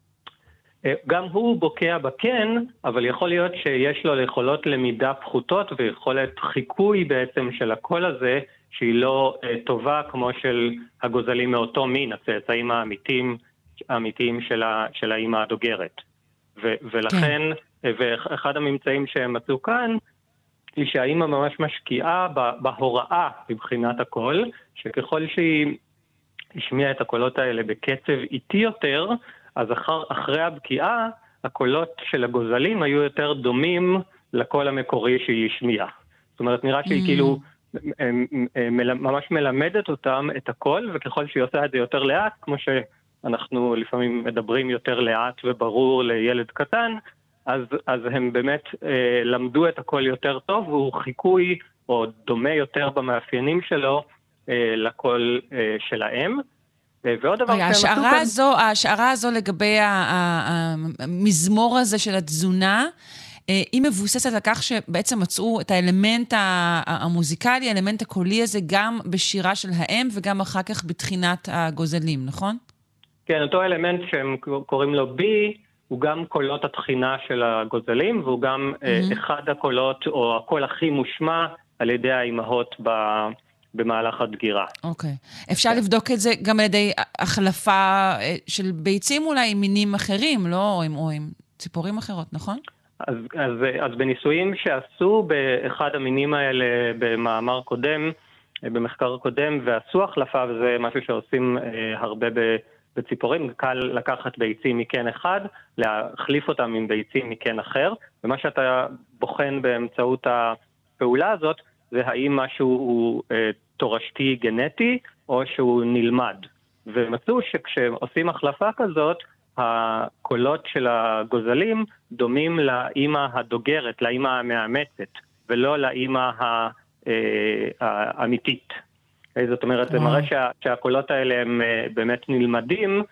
גם הוא בוקע בקן, אבל יכול להיות שיש לו יכולות למידה פחותות ויכולת חיקוי בעצם של הקול הזה, שהיא לא טובה כמו של הגוזלים מאותו מין, הצאצאים האמיתיים של האמא הדוגרת. ולכן, ואחד הממצאים שהם מצאו כאן, היא שהאמא ממש משקיעה בהוראה מבחינת הקול, שככל שהיא השמיעה את הקולות האלה בקצב איטי יותר, אז אחרי הבקיעה, הקולות של הגוזלים היו יותר דומים לקול המקורי שהיא השמיעה. זאת אומרת, נראה שהיא כאילו ממש מלמדת אותם את הקול, וככל שהיא עושה את זה יותר לאט, כמו שאנחנו לפעמים מדברים יותר לאט וברור לילד קטן, אז הם באמת למדו את הקול יותר טוב, והוא חיקוי או דומה יותר במאפיינים שלו לקול שלהם. ועוד דבר ההשערה הזו לגבי המזמור הזה של התזונה, היא מבוססת על כך שבעצם מצאו את האלמנט המוזיקלי, האלמנט הקולי הזה, גם בשירה של האם וגם אחר כך בתחינת הגוזלים, נכון? כן, אותו אלמנט שהם קוראים לו בי, הוא גם קולות התחינה של הגוזלים, והוא גם אחד הקולות או הקול הכי מושמע על ידי האימהות במהלך הדגירה. אוקיי. אפשר לבדוק את זה גם על ידי החלפה של ביצים אולי עם מינים אחרים, לא? או עם ציפורים אחרות, נכון? אז בניסויים שעשו באחד המינים האלה במאמר קודם, במחקר קודם, ועשו החלפה, וזה משהו שעושים הרבה בציפורים, קל לקחת ביצים מקן אחד, להחליף אותם עם ביצים מקן אחר, ומה שאתה בוחן באמצעות הפעולה הזאת, זה האם משהו הוא תורשתי גנטי, או שהוא נלמד. ומצאו שכשעושים החלפה כזאת, הקולות של הגוזלים דומים לאמא הדוגרת, לאמא המאמצת, ולא לאמא האמיתית. זאת אומרת, זה מראה שהקולות האלה הם באמת נלמדים,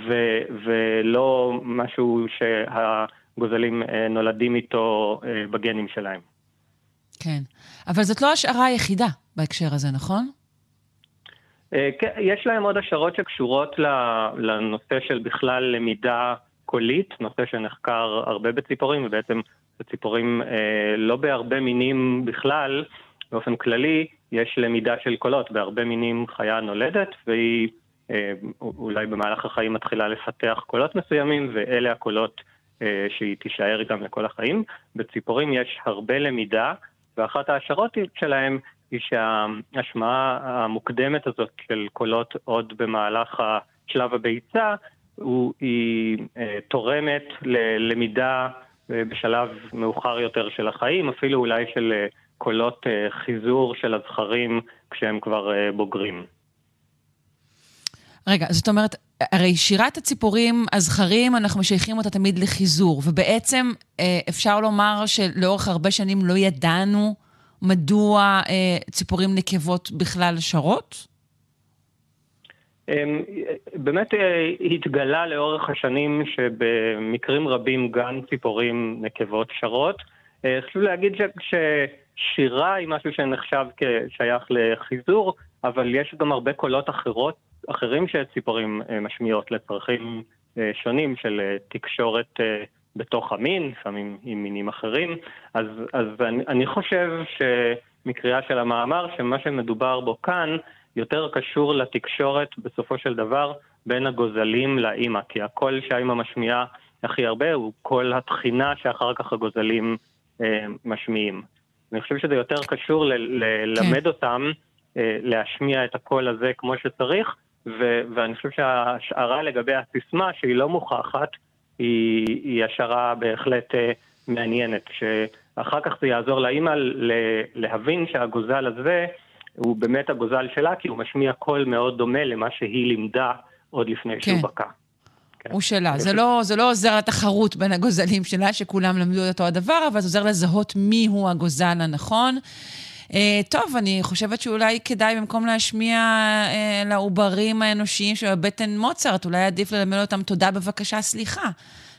ולא משהו שהגוזלים נולדים איתו בגנים שלהם. כן, אבל זאת לא השערה היחידה בהקשר הזה, נכון? כן, יש להם עוד השערות שקשורות לנושא של בכלל למידה קולית, נושא שנחקר הרבה בציפורים, ובעצם בציפורים לא בהרבה מינים בכלל, באופן כללי יש למידה של קולות, בהרבה מינים חיה נולדת, והיא אולי במהלך החיים מתחילה לפתח קולות מסוימים, ואלה הקולות שהיא תישאר גם לכל החיים. בציפורים יש הרבה למידה, ואחת ההשערות שלהם היא שההשמעה המוקדמת הזאת של קולות עוד במהלך שלב הביצה, היא תורמת ללמידה בשלב מאוחר יותר של החיים, אפילו אולי של קולות חיזור של הזכרים כשהם כבר בוגרים. רגע, זאת אומרת, הרי שירת הציפורים, הזכרים, אנחנו משייכים אותה תמיד לחיזור, ובעצם אפשר לומר שלאורך הרבה שנים לא ידענו מדוע ציפורים נקבות בכלל שרות? באמת התגלה לאורך השנים שבמקרים רבים גם ציפורים נקבות שרות. חשוב להגיד ששירה היא משהו שנחשב כשייך לחיזור, אבל יש גם הרבה קולות אחרים שציפורים משמיעות לצרכים שונים של תקשורת בתוך המין, לפעמים עם מינים אחרים. אז אני חושב שמקריאה של המאמר, שמה שמדובר בו כאן, יותר קשור לתקשורת בסופו של דבר בין הגוזלים לאמא, כי הקול שהאמא משמיעה הכי הרבה הוא קול התחינה שאחר כך הגוזלים משמיעים. אני חושב שזה יותר קשור ללמד אותם להשמיע את הקול הזה כמו שצריך, ואני חושב שההשערה לגבי הסיסמה, שהיא לא מוכחת, היא השערה בהחלט מעניינת, שאחר כך זה יעזור לאמא להבין שהגוזל הזה הוא באמת הגוזל שלה, כי הוא משמיע קול מאוד דומה למה שהיא לימדה עוד לפני שהוא בקע. הוא שלה. זה לא עוזר לתחרות בין הגוזלים שלה, שכולם למדו את אותו הדבר, אבל זה עוזר לזהות מי הוא הגוזל הנכון. טוב, אני חושבת שאולי כדאי במקום להשמיע לעוברים האנושיים של בטן מוצרט, אולי עדיף ללמד אותם תודה בבקשה סליחה.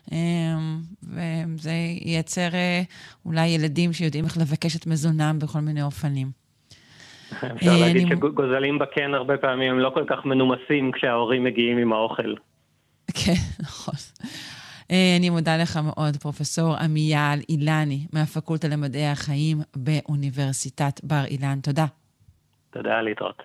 וזה ייצר אולי ילדים שיודעים איך לבקש את מזונם בכל מיני אופנים. אפשר להגיד שגוזלים בקן הרבה פעמים הם לא כל כך מנומסים כשההורים מגיעים עם האוכל. כן, נכון. אני מודה לך מאוד, פרופסור עמיאל אילני, מהפקולטה למדעי החיים באוניברסיטת בר אילן. תודה. תודה, להתראות.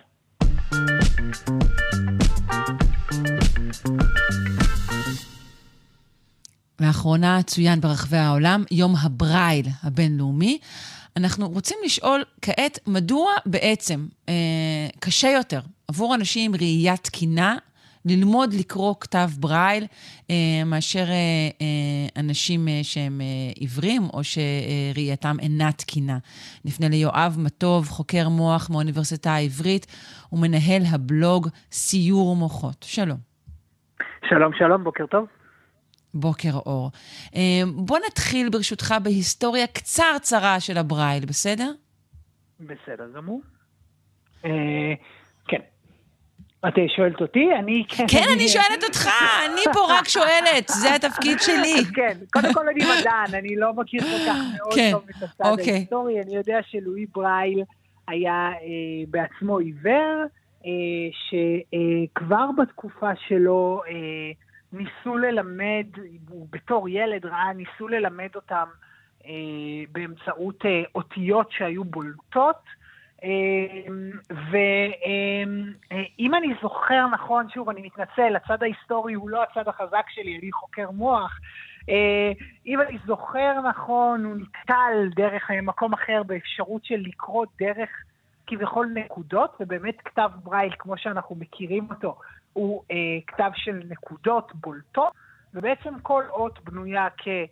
לאחרונה צוין ברחבי העולם יום הברייל הבינלאומי. אנחנו רוצים לשאול כעת מדוע בעצם קשה יותר עבור אנשים עם ראייה תקינה ללמוד לקרוא כתב ברייל מאשר אנשים שהם עיוורים או שראייתם אינה תקינה. נפנה ליואב מטוב, חוקר מוח מהאוניברסיטה העברית ומנהל הבלוג סיור מוחות. שלום. שלום, בוקר טוב. בוקר אור. בוא נתחיל ברשותך בהיסטוריה קצרצרה של הברייל, בסדר? בסדר גמור. כן. את שואלת אותי? כן, אני שואלת אותך, אני פה רק שואלת, זה התפקיד שלי. כן, קודם כל אני מדען, אני לא מכיר כל כך מאוד טוב את הצד ההיסטורי, אני יודע שלואי ברייל היה בעצמו עיוור, שכבר בתקופה שלו ניסו ללמד, בתור ילד ראה, ניסו ללמד אותם באמצעות אותיות שהיו בולטות, ואם אני זוכר נכון, שוב אני מתנצל, הצד ההיסטורי הוא לא הצד החזק שלי, אני חוקר מוח, אם אני זוכר נכון, הוא נתקל דרך מקום אחר באפשרות של לקרוא דרך כביכול נקודות, ובאמת כתב ברייל כמו שאנחנו מכירים אותו, הוא כתב של נקודות בולטות, ובעצם כל אות בנויה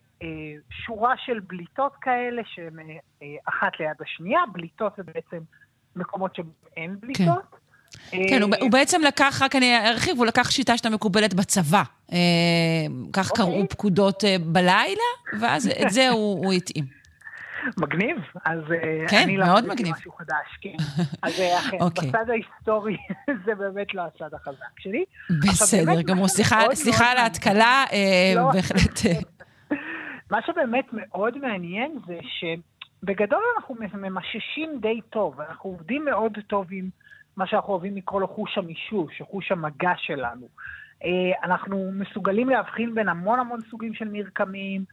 כשורה של בליטות כאלה, שהן אחת ליד השנייה, בליטות זה בעצם מקומות שאין בליטות. כן, הוא בעצם לקח, רק אני ארחיב, הוא לקח שיטה שאתה מקובלת בצבא. כך קראו פקודות בלילה, ואז את זה הוא התאים. מגניב, אז אני מאוד מגניב. משהו חדש, כן. אז בצד ההיסטורי זה באמת לא הצד החזק שלי. בסדר, גם סליחה על ההתקלה, בהחלט. מה שבאמת מאוד מעניין זה שבגדול אנחנו ממששים די טוב, אנחנו עובדים מאוד טוב עם מה שאנחנו אוהבים לקרוא לו חוש המישוש, חוש המגע שלנו. אנחנו מסוגלים להבחין בין המון סוגים של מרקמים,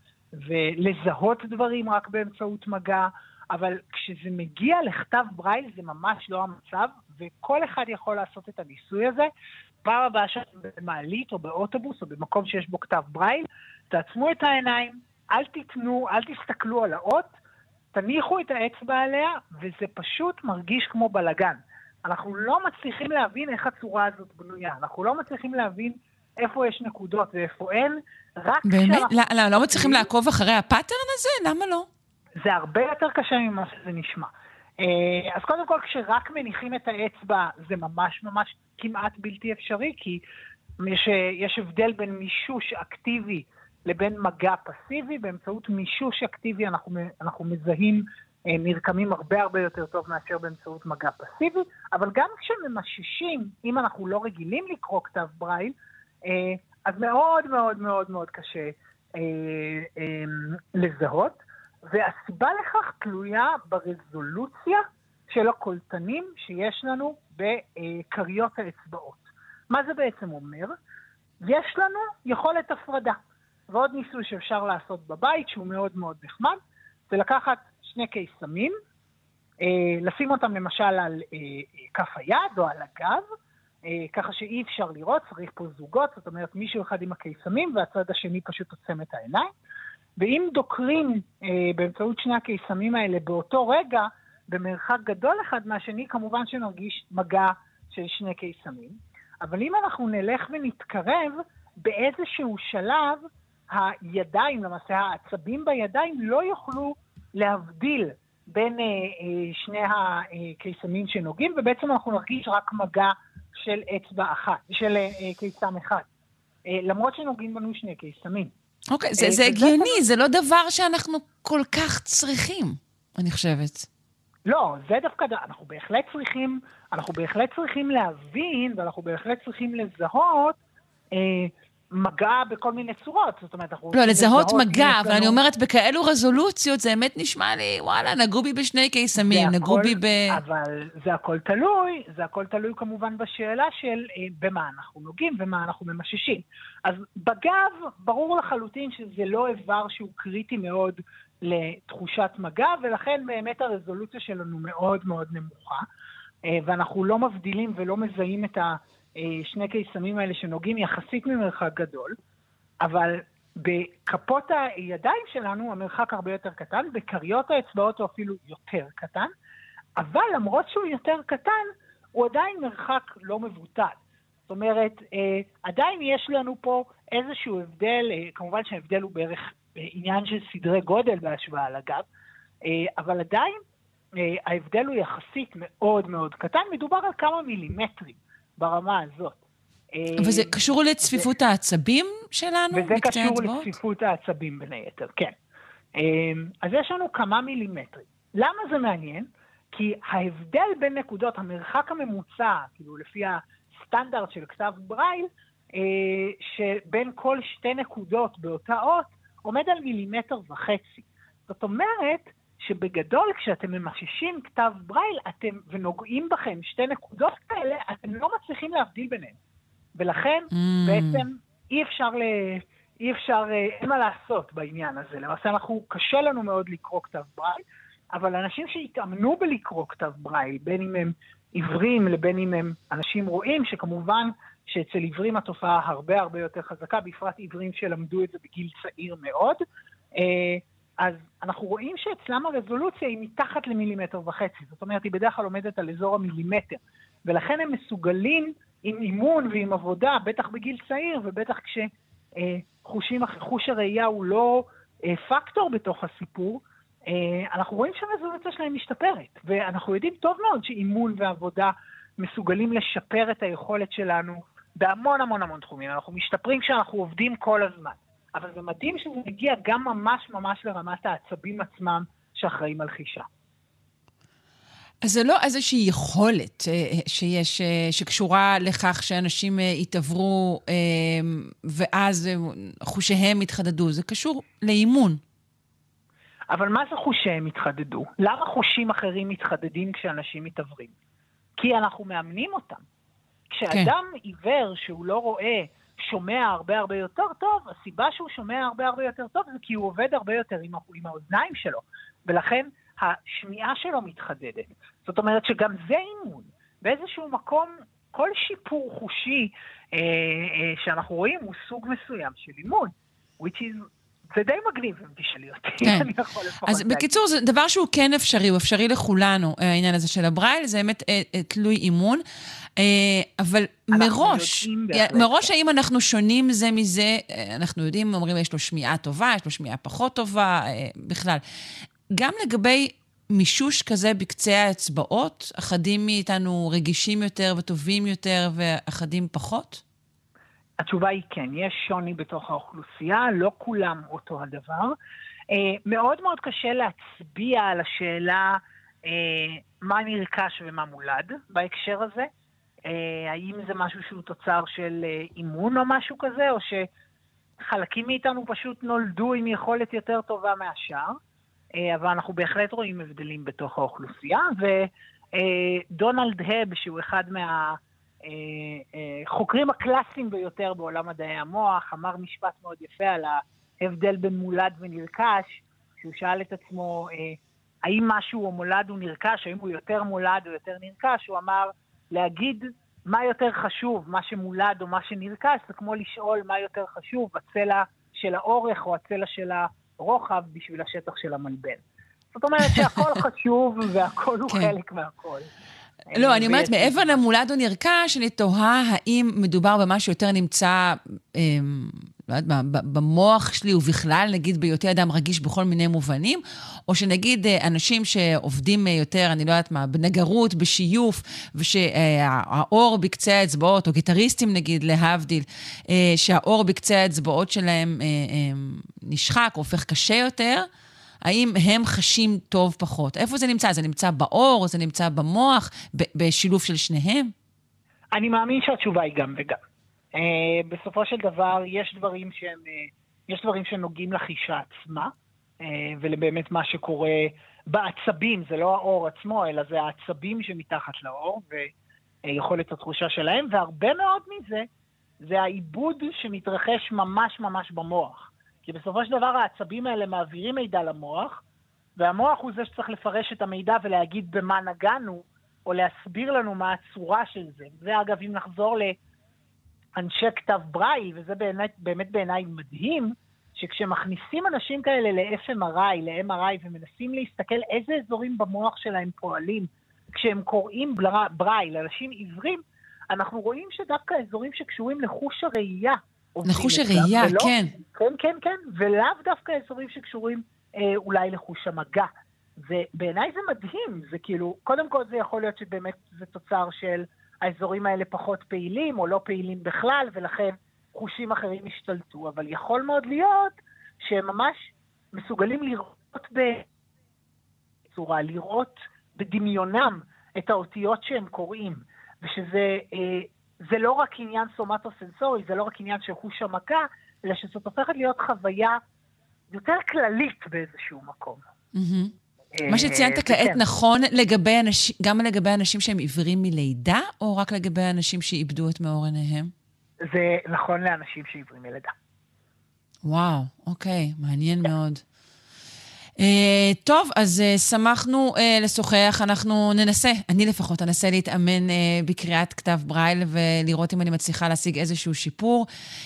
ולזהות דברים רק באמצעות מגע, אבל כשזה מגיע לכתב ברייל זה ממש לא המצב, וכל אחד יכול לעשות את הניסוי הזה. פעם הבאה שאתם במעלית או באוטובוס או במקום שיש בו כתב ברייל, תעצמו את העיניים, אל תסתכלו על האות, תניחו את האצבע עליה, וזה פשוט מרגיש כמו בלגן. אנחנו לא מצליחים להבין איך הצורה הזאת בנויה, אנחנו לא מצליחים להבין איפה יש נקודות ואיפה אין, רק באמת? לא מצליחים לעקוב אחרי הפאטרן הזה? למה לא? זה הרבה יותר קשה ממה שזה נשמע. אז קודם כל, כשרק מניחים את האצבע, זה ממש כמעט בלתי אפשרי, כי יש הבדל בין מישוש אקטיבי לבין מגע פסיבי. באמצעות מישוש אקטיבי אנחנו מזהים מרקמים הרבה יותר טוב מאשר באמצעות מגע פסיבי, אבל גם כשממששים, אם אנחנו לא רגילים לקרוא כתב ברייל, אז מאוד קשה לזהות, והסיבה לכך תלויה ברזולוציה של הקולטנים שיש לנו בקריות האצבעות. מה זה בעצם אומר? יש לנו יכולת הפרדה, ועוד ניסוי שאפשר לעשות בבית שהוא מאוד נחמד, זה לקחת שני קיסמים, לשים אותם למשל על כף היד או על הגב, ככה שאי אפשר לראות, צריך פה זוגות, זאת אומרת מישהו אחד עם הקיסמים והצד השני פשוט עוצם את העיניים, ואם דוקרים באמצעות שני הקיסמים האלה באותו רגע, במרחק גדול אחד מהשני, כמובן שנרגיש מגע של שני קיסמים. אבל אם אנחנו נלך ונתקרב, באיזשהו שלב, הידיים, למעשה העצבים בידיים, לא יוכלו להבדיל בין שני הקיסמים שנוגעים, ובעצם אנחנו נרגיש רק מגע של אצבע אחת, של קיסם אחד. למרות שנוגעים בנו שני קיסמים. אוקיי, זה הגיוני, זה לא דבר שאנחנו כל כך צריכים, אני חושבת. לא, זה דווקא, אנחנו בהחלט צריכים להבין, ואנחנו בהחלט צריכים לזהות מגע בכל מיני צורות. זאת אומרת, לא, לזהות מגע, אבל אני אומרת, בכאלו רזולוציות, זה באמת נשמע לי, וואלה, נגעו בי בשני קיסמים, נגעו בי אבל זה הכל תלוי כמובן בשאלה של במה אנחנו נוגעים ומה אנחנו ממששים. אז בגב, ברור לחלוטין שזה לא איבר שהוא קריטי מאוד לתחושת מגע, ולכן באמת הרזולוציה שלנו מאוד מאוד נמוכה, ואנחנו לא מבדילים ולא מזהים את שני קיסמים האלה שנוגעים יחסית ממרחק גדול, אבל בכפות הידיים שלנו המרחק הרבה יותר קטן, בקריות האצבעות הוא אפילו יותר קטן, אבל למרות שהוא יותר קטן, הוא עדיין מרחק לא מבוטל. זאת אומרת, עדיין יש לנו פה איזשהו הבדל, כמובן שההבדל הוא בערך עניין של סדרי גודל בהשוואה לגב, אבל עדיין ההבדל הוא יחסית מאוד מאוד קטן, מדובר על כמה מילימטרים ברמה הזאת. וזה קשור לצפיפות העצבים שלנו? וזה קשור לצפיפות העצבים בין היתר, כן. אז יש לנו כמה מילימטרים. למה זה מעניין? כי ההבדל בין נקודות, המרחק הממוצע, כאילו לפי הסטנדרט של כתב ברייל, שבין כל שתי נקודות באותה אות, עומד על 1.5 מילימטר. זאת אומרת, שבגדול כשאתם ממששים כתב ברייל ונוגעים בכם שתי נקודות כאלה, אתם לא מצליחים להבדיל ביניהם. ולכן בעצם אי אפשר, אין מה לעשות בעניין הזה. למעשה קשה לנו מאוד לקרוא כתב ברייל, אבל אנשים שהתאמנו בלקרוא כתב ברייל, בין אם הם עיוורים לבין אם הם אנשים רואים, שכמובן שאצל עיוורים התופעה הרבה הרבה יותר חזקה, בפרט עיוורים שלמדו את זה בגיל צעיר מאוד, אז אנחנו רואים שאצלם הרזולוציה היא מתחת ל1.5 מילימטר. זאת אומרת, היא בדרך כלל עומדת על אזור המילימטר. ולכן הם מסוגלים עם אימון ועם עבודה, בטח בגיל צעיר, ובטח כשחוש הראייה הוא לא פקטור בתוך הסיפור, אנחנו רואים שהרזולוציה שלהם משתפרת. ואנחנו יודעים טוב מאוד שאימון ועבודה מסוגלים לשפר את היכולת שלנו בהמון המון המון תחומים. אנחנו משתפרים כשאנחנו עובדים כל הזמן. אבל זה מדהים שזה מגיע גם ממש ממש לרמת העצבים עצמם שאחראים על חישה. אז זה לא איזושהי יכולת שיש, שקשורה לכך שאנשים יתעברו ואז חושיהם יתחדדו. זה קשור לאימון. אבל מה זה חושיהם יתחדדו? למה חושים אחרים מתחדדים כשאנשים מתעברים? כי אנחנו מאמנים אותם. כשאדם עיוור שהוא לא רואה, שומע הרבה הרבה יותר טוב, הסיבה שהוא שומע הרבה הרבה יותר טוב זה כי הוא עובד הרבה יותר עם האוזניים שלו, ולכן השמיעה שלו מתחדדת. זאת אומרת שגם זה אימון. באיזשהו מקום, כל שיפור חושי שאנחנו רואים הוא סוג מסוים של אימון, זה די מגניב אם תשאלי אותי. כן. אז בקיצור, זה דבר שהוא כן אפשרי, הוא אפשרי לכולנו, העניין הזה של הברייל, זה באמת תלוי אימון, אבל מראש האם אנחנו שונים זה מזה, אנחנו יודעים, אומרים יש לו שמיעה טובה, יש לו שמיעה פחות טובה, בכלל. גם לגבי מישוש כזה בקצה האצבעות, אחדים מאיתנו רגישים יותר וטובים יותר, ואחדים פחות? התשובה היא כן, יש שוני בתוך האוכלוסייה, לא כולם אותו הדבר. מאוד מאוד קשה להצביע על השאלה מה נרכש ומה מולד בהקשר הזה. האם זה משהו שהוא תוצר של אימון או משהו כזה, או שחלקים מאיתנו פשוט נולדו עם יכולת יותר טובה מהשאר. אבל אנחנו בהחלט רואים הבדלים בתוך האוכלוסייה, ודונלד הב, שהוא אחד חוקרים הקלאסיים ביותר בעולם מדעי המוח, אמר משפט מאוד יפה על ההבדל בין מולד ונרכש, שהוא שאל את עצמו, האם משהו הוא מולד או נרכש, האם הוא יותר מולד או יותר נרכש, הוא אמר, להגיד מה יותר חשוב, מה שמולד או מה שנרכש, זה כמו לשאול מה יותר חשוב, הצלע של האורך או הצלע של הרוחב בשביל השטח של המלבן. זאת אומרת שהכל חשוב והכל הוא חלק מהכל. לא, אני אומרת, מעבר למולד או נרכש, אני תוהה האם מדובר במשהו יותר נמצא, לא יודעת מה, במוח שלי ובכלל, נגיד, בהיותי אדם רגיש בכל מיני מובנים, או שנגיד אנשים שעובדים יותר, אני לא יודעת מה, בנגרות, בשיוף, ושהאור בקצה האצבעות, או גיטריסטים נגיד, להבדיל, שהאור בקצה האצבעות שלהם נשחק, או הופך קשה יותר, האם הם חשים טוב פחות? איפה זה נמצא? זה נמצא באור? זה נמצא במוח? בשילוב של שניהם? אני מאמין שהתשובה היא גם וגם. בסופו של דבר, יש דברים שנוגעים לחישה עצמה, ולבאמת מה שקורה בעצבים, זה לא האור עצמו, אלא זה העצבים שמתחת לאור, ויכולת התחושה שלהם, והרבה מאוד מזה, זה העיבוד שמתרחש ממש ממש במוח. כי בסופו של דבר העצבים האלה מעבירים מידע למוח, והמוח הוא זה שצריך לפרש את המידע ולהגיד במה נגענו, או להסביר לנו מה הצורה של זה. זה אגב, אם נחזור לאנשי כתב ברייל, וזה באמת בעיניי מדהים, שכשמכניסים אנשים כאלה ל-MRI ומנסים להסתכל איזה אזורים במוח שלהם פועלים, כשהם קוראים ברייל, אנשים עיוורים, אנחנו רואים שדווקא אזורים שקשורים לחוש הראייה, לחוש הראייה, כן. כן, ולאו דווקא אזורים שקשורים אולי לחוש המגע. ובעיניי זה מדהים, זה כאילו, קודם כל זה יכול להיות שבאמת זה תוצר של האזורים האלה פחות פעילים, או לא פעילים בכלל, ולכן חושים אחרים השתלטו, אבל יכול מאוד להיות שהם ממש מסוגלים לראות בדמיונם את האותיות שהם קוראים, ושזה זה לא רק עניין סומטו-סנסורי, זה לא רק עניין של חוש המגע, אלא שזאת הופכת להיות חוויה יותר כללית באיזשהו מקום. מה שציינת כעת נכון גם לגבי אנשים שהם עיוורים מלידה, או רק לגבי אנשים שאיבדו את מאור עיניהם? זה נכון לאנשים שעיוורים מלידה. וואו, אוקיי, מעניין מאוד. טוב, אז שמחנו לשוחח, אנחנו אני לפחות אנסה להתאמן בקריאת כתב ברייל ולראות אם אני מצליחה להשיג איזשהו שיפור.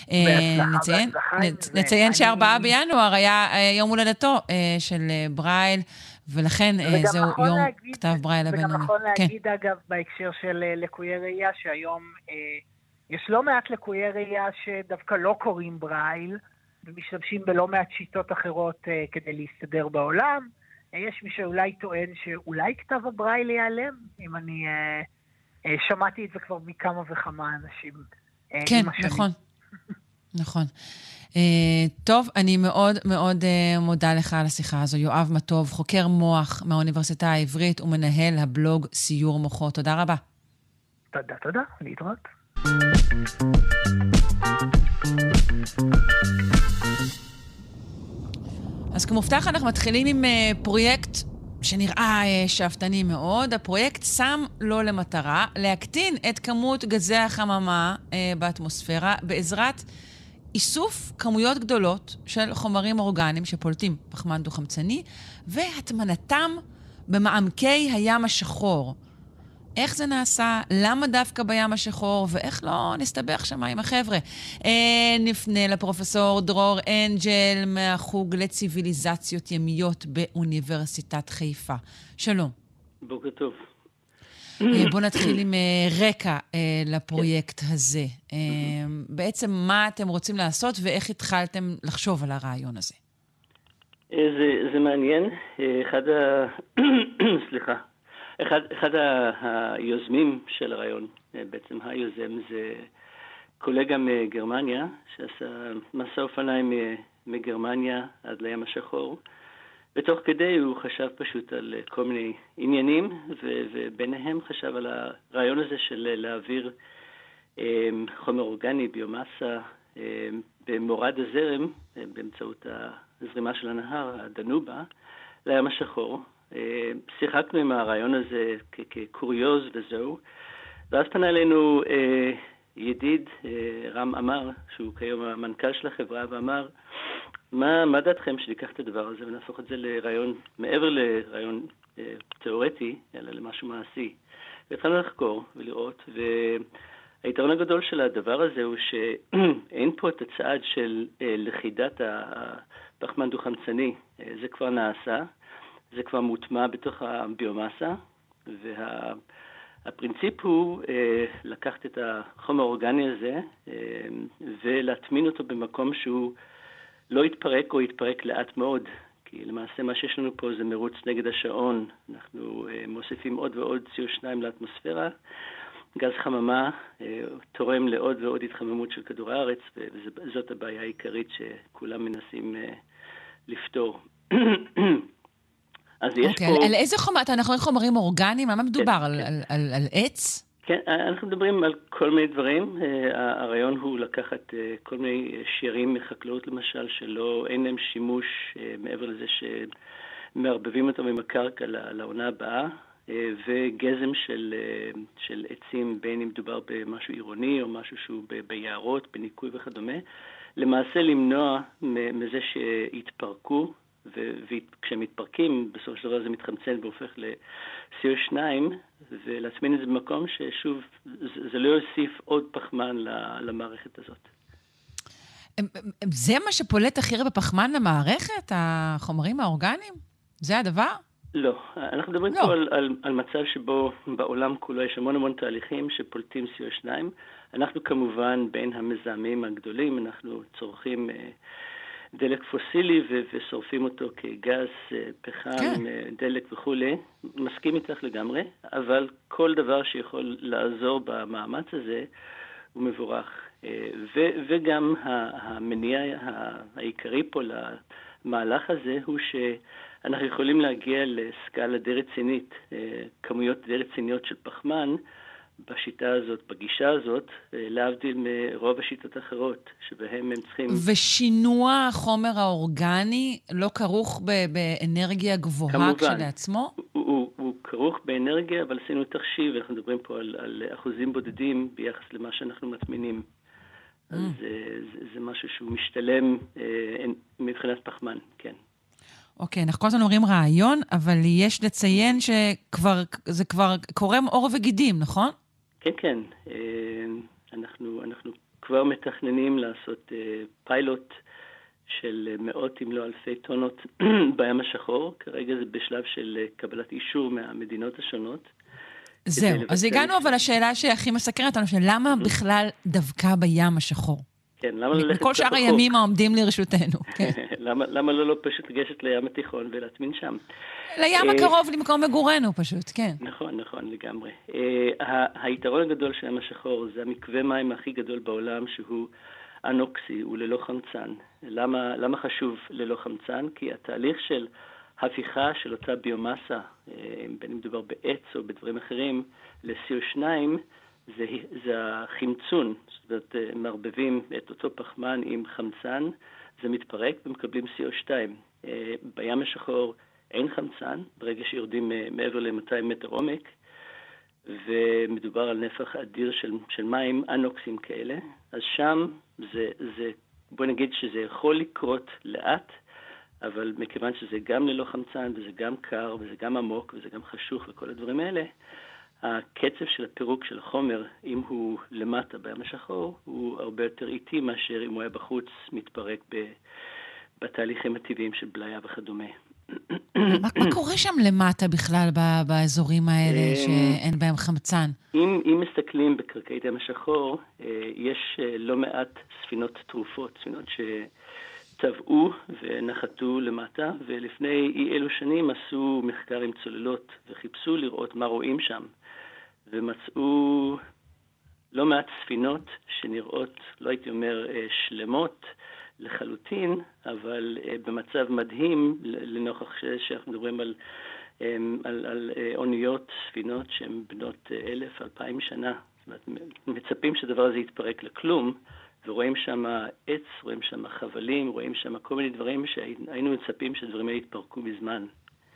נציין ש4 בינואר היה יום הולדתו של ברייל, ולכן זהו יום כתב ברייל הבינלאומי. וגם נכון להגיד אגב בהקשר של לקויי ראייה, שהיום יש לא מעט לקויי ראייה שדווקא לא קוראים ברייל, ומשתמשים בלא מעט שיטות אחרות כדי להסתדר בעולם. יש מי שאולי טוען שאולי כתב הברייל ייעלם, אם אני שמעתי את זה כבר מכמה וכמה אנשים. כן, נכון. נכון. טוב, אני מאוד מאוד מודה לך על השיחה הזו. יואב מטוב, חוקר מוח מהאוניברסיטה העברית ומנהל הבלוג סיור מוחות. תודה רבה. תודה, להתראות. אז כמובטח אנחנו מתחילים עם פרויקט שנראה שאפתני מאוד. הפרויקט שם לו למטרה להקטין את כמות גזי החממה באטמוספירה בעזרת איסוף כמויות גדולות של חומרים אורגניים שפולטים פחמן דו-חמצני והטמנתם במעמקי הים השחור. איך זה נעשה, למה דווקא בים השחור, ואיך לא נסתבך שם עם החבר'ה. נפנה לפרופסור דרור אנג'ל מהחוג לציביליזציות ימיות באוניברסיטת חיפה. שלום. בוקר טוב. בוא נתחיל עם רקע לפרויקט הזה. בעצם מה אתם רוצים לעשות ואיך התחלתם לחשוב על הרעיון הזה? זה מעניין. אחד היוזמים של הרעיון, בעצם היוזם, זה קולגה מגרמניה, שעשה מסע אופניים מגרמניה עד לים השחור, ותוך כדי הוא חשב פשוט על כל מיני עניינים, וביניהם חשב על הרעיון הזה של להעביר חומר אורגני, ביומסה, במורד הזרם, באמצעות הזרימה של הנהר, הדנובה, לים השחור. שיחקנו עם הרעיון הזה כקוריוז וזהו, ואז פנה אלינו ידיד רם אמר, שהוא כיום המנכ"ל של החברה, ואמר, מה דעתכם שניקח את הדבר הזה ונהפוך את זה לרעיון, מעבר לרעיון תיאורטי, אלא למשהו מעשי. והתחלנו לחקור ולראות, והיתרון הגדול של הדבר הזה הוא שאין פה את הצעד של לכידת הפחמן דו-חמצני, זה כבר נעשה, זה כבר מוטמע בתוך הביומסה, והפרינציפ הוא לקחת את החומר האורגני הזה ולהטמין אותו במקום שהוא לא יתפרק או יתפרק לאט מאוד, כי למעשה מה שיש לנו פה זה מרוץ נגד השעון. אנחנו מוסיפים עוד ועוד CO2 לאטמוספירה, גז חממה תורם לעוד ועוד התחממות של כדור הארץ, וזאת הבעיה העיקרית שכולם מנסים לפתור. אז יש פה... על איזה חומרים אורגניים? מה מדובר? על עץ? כן, אנחנו מדברים על כל מיני דברים. הרעיון הוא לקחת כל מיני שיירים מחקלאות למשל, אין להם שימוש מעבר לזה שמערבבים אותם עם הקרקע לעונה הבאה, וגזם של עצים, בין אם מדובר במשהו עירוני או משהו שהוא ביערות, בניקוי וכדומה, למעשה למנוע מזה שיתפרקו, וכשהם מתפרקים, בסופו של דבר זה מתחמצן והופך ל-CO2, ולהטמין את זה במקום ששוב, זה לא יוסיף עוד פחמן למערכת הזאת. זה מה שפולט הכי הרבה פחמן למערכת, החומרים האורגניים? זה הדבר? לא. אנחנו מדברים פה על מצב שבו בעולם כולו יש המון תהליכים שפולטים CO2. אנחנו כמובן בין המזהמים הגדולים, אנחנו צורכים דלק פוסילי ושורפים אותו כגז, פחם, דלק וכו'. מסכים איתך לגמרי, אבל כל דבר שיכול לעזור במאמץ הזה הוא מבורך. וגם המניע העיקרי פה למהלך הזה הוא שאנחנו יכולים להגיע לסקאלה די רצינית, כמויות די רציניות של פחמן, בשיטה הזאת, בגישה הזאת, להבדיל מרוב השיטות האחרות, שבהם הם צריכים... ושינוע החומר האורגני לא כרוך באנרגיה גבוהה כשלעצמו? הוא כרוך באנרגיה, אבל עשינו תחשיב, אנחנו מדברים פה על אחוזים בודדים ביחס למה שאנחנו מטמינים. אז זה משהו שהוא משתלם מבחינת פחמן, כן. אוקיי, אנחנו כל הזמן אומרים רעיון, אבל יש לציין שזה כבר קורם עור וגידים, נכון? כן. אנחנו כבר מתכננים לעשות פיילוט של מאות אם לא אלפי טונות בים השחור. כרגע זה בשלב של קבלת אישור מהמדינות השונות. זהו, אז הגענו אבל לשאלה שהכי מסקרת לנו, שלמה בכלל דווקא בים השחור? כן, למה ללכת מכל שאר הימים העומדים לרשותנו. למה לא פשוט לגשת לים התיכון ולהטמין שם? לים הקרוב למקום מגורנו פשוט, כן. נכון, לגמרי. היתרון הגדול של ים השחור זה המקווה מים הכי גדול בעולם, שהוא אנוקסי, הוא ללא חמצן. למה חשוב ללא חמצן? כי התהליך של הפיכה של אותה ביומסה, בין אם מדובר בעץ או בדברים אחרים, ל-CO2, זה החמצון. זאת אומרת, מערבבים את אותו פחמן עם חמצן, זה מתפרק ומקבלים CO2. בים השחור אין חמצן, ברגע שיורדים מעבר ל-200 מטר עומק, ומדובר על נפח אדיר של מים אנוקסים כאלה, אז שם בוא נגיד שזה יכול לקרות לאט, אבל מכיוון שזה גם ללא חמצן, וזה גם קר, וזה גם עמוק, וזה גם חשוך, וכל הדברים האלה, הקצב של הפירוק של החומר, אם הוא למטה בים השחור, הוא הרבה יותר איטי מאשר אם הוא היה בחוץ, מתפרק בתהליכים הטבעיים של בליה וכדומה. מה קורה שם למטה בכלל באזורים האלה שאין בהם חמצן? אם מסתכלים בקרקעית ים השחור, יש לא מעט ספינות תרופות, ספינות שטבעו ונחתו למטה, ולפני אי אלו שנים עשו מחקר עם צוללות וחיפשו לראות מה רואים שם, ומצאו לא מעט ספינות שנראות, לא הייתי אומר שלמות לחלוטין, אבל במצב מדהים לנוכח שאנחנו מדברים על אוניות, ספינות שהן בנות 1,000-2,000 שנה. זאת אומרת, מצפים שהדבר הזה יתפרק לכלום, ורואים שם עץ, רואים שם חבלים, רואים שם כל מיני דברים שהיינו מצפים שהדברים האלה יתפרקו מזמן.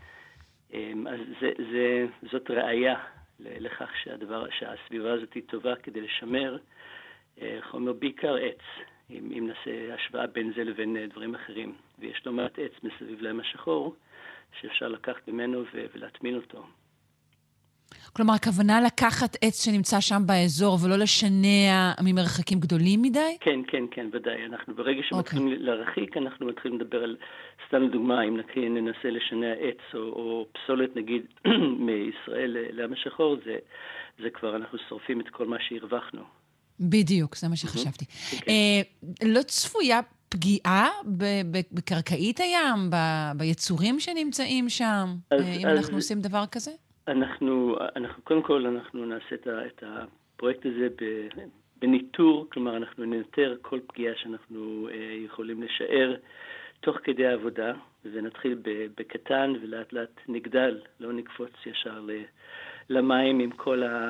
אז זאת ראיה לכך שהסביבה הזאת היא טובה כדי לשמר חומר, בעיקר עץ, אם נעשה השוואה בין זה לבין דברים אחרים. ויש לא מעט עץ מסביב לים השחור, שאפשר לקחת ממנו ולהטמין אותו. כלומר, הכוונה לקחת עץ שנמצא שם באזור ולא לשנע ממרחקים גדולים מדי? כן, כן, כן, ודאי. אנחנו ברגע שמתחילים להרחיק, אנחנו מתחילים לדבר על, סתם לדוגמה, אם ננסה לשנע עץ או פסולת, נגיד, מישראל לים השחור, זה כבר אנחנו שורפים את כל מה שהרווחנו. בדיוק, זה מה שחשבתי. לא צפויה פגיעה בקרקעית הים, ביצורים שנמצאים שם, אם אנחנו עושים דבר כזה? קודם כל, אנחנו נעשה את הפרויקט הזה בניטור, כלומר, אנחנו ננטר כל פגיעה שאנחנו יכולים לשער תוך כדי העבודה, ונתחיל בקטן ולאט לאט נגדל, לא נקפוץ ישר למים עם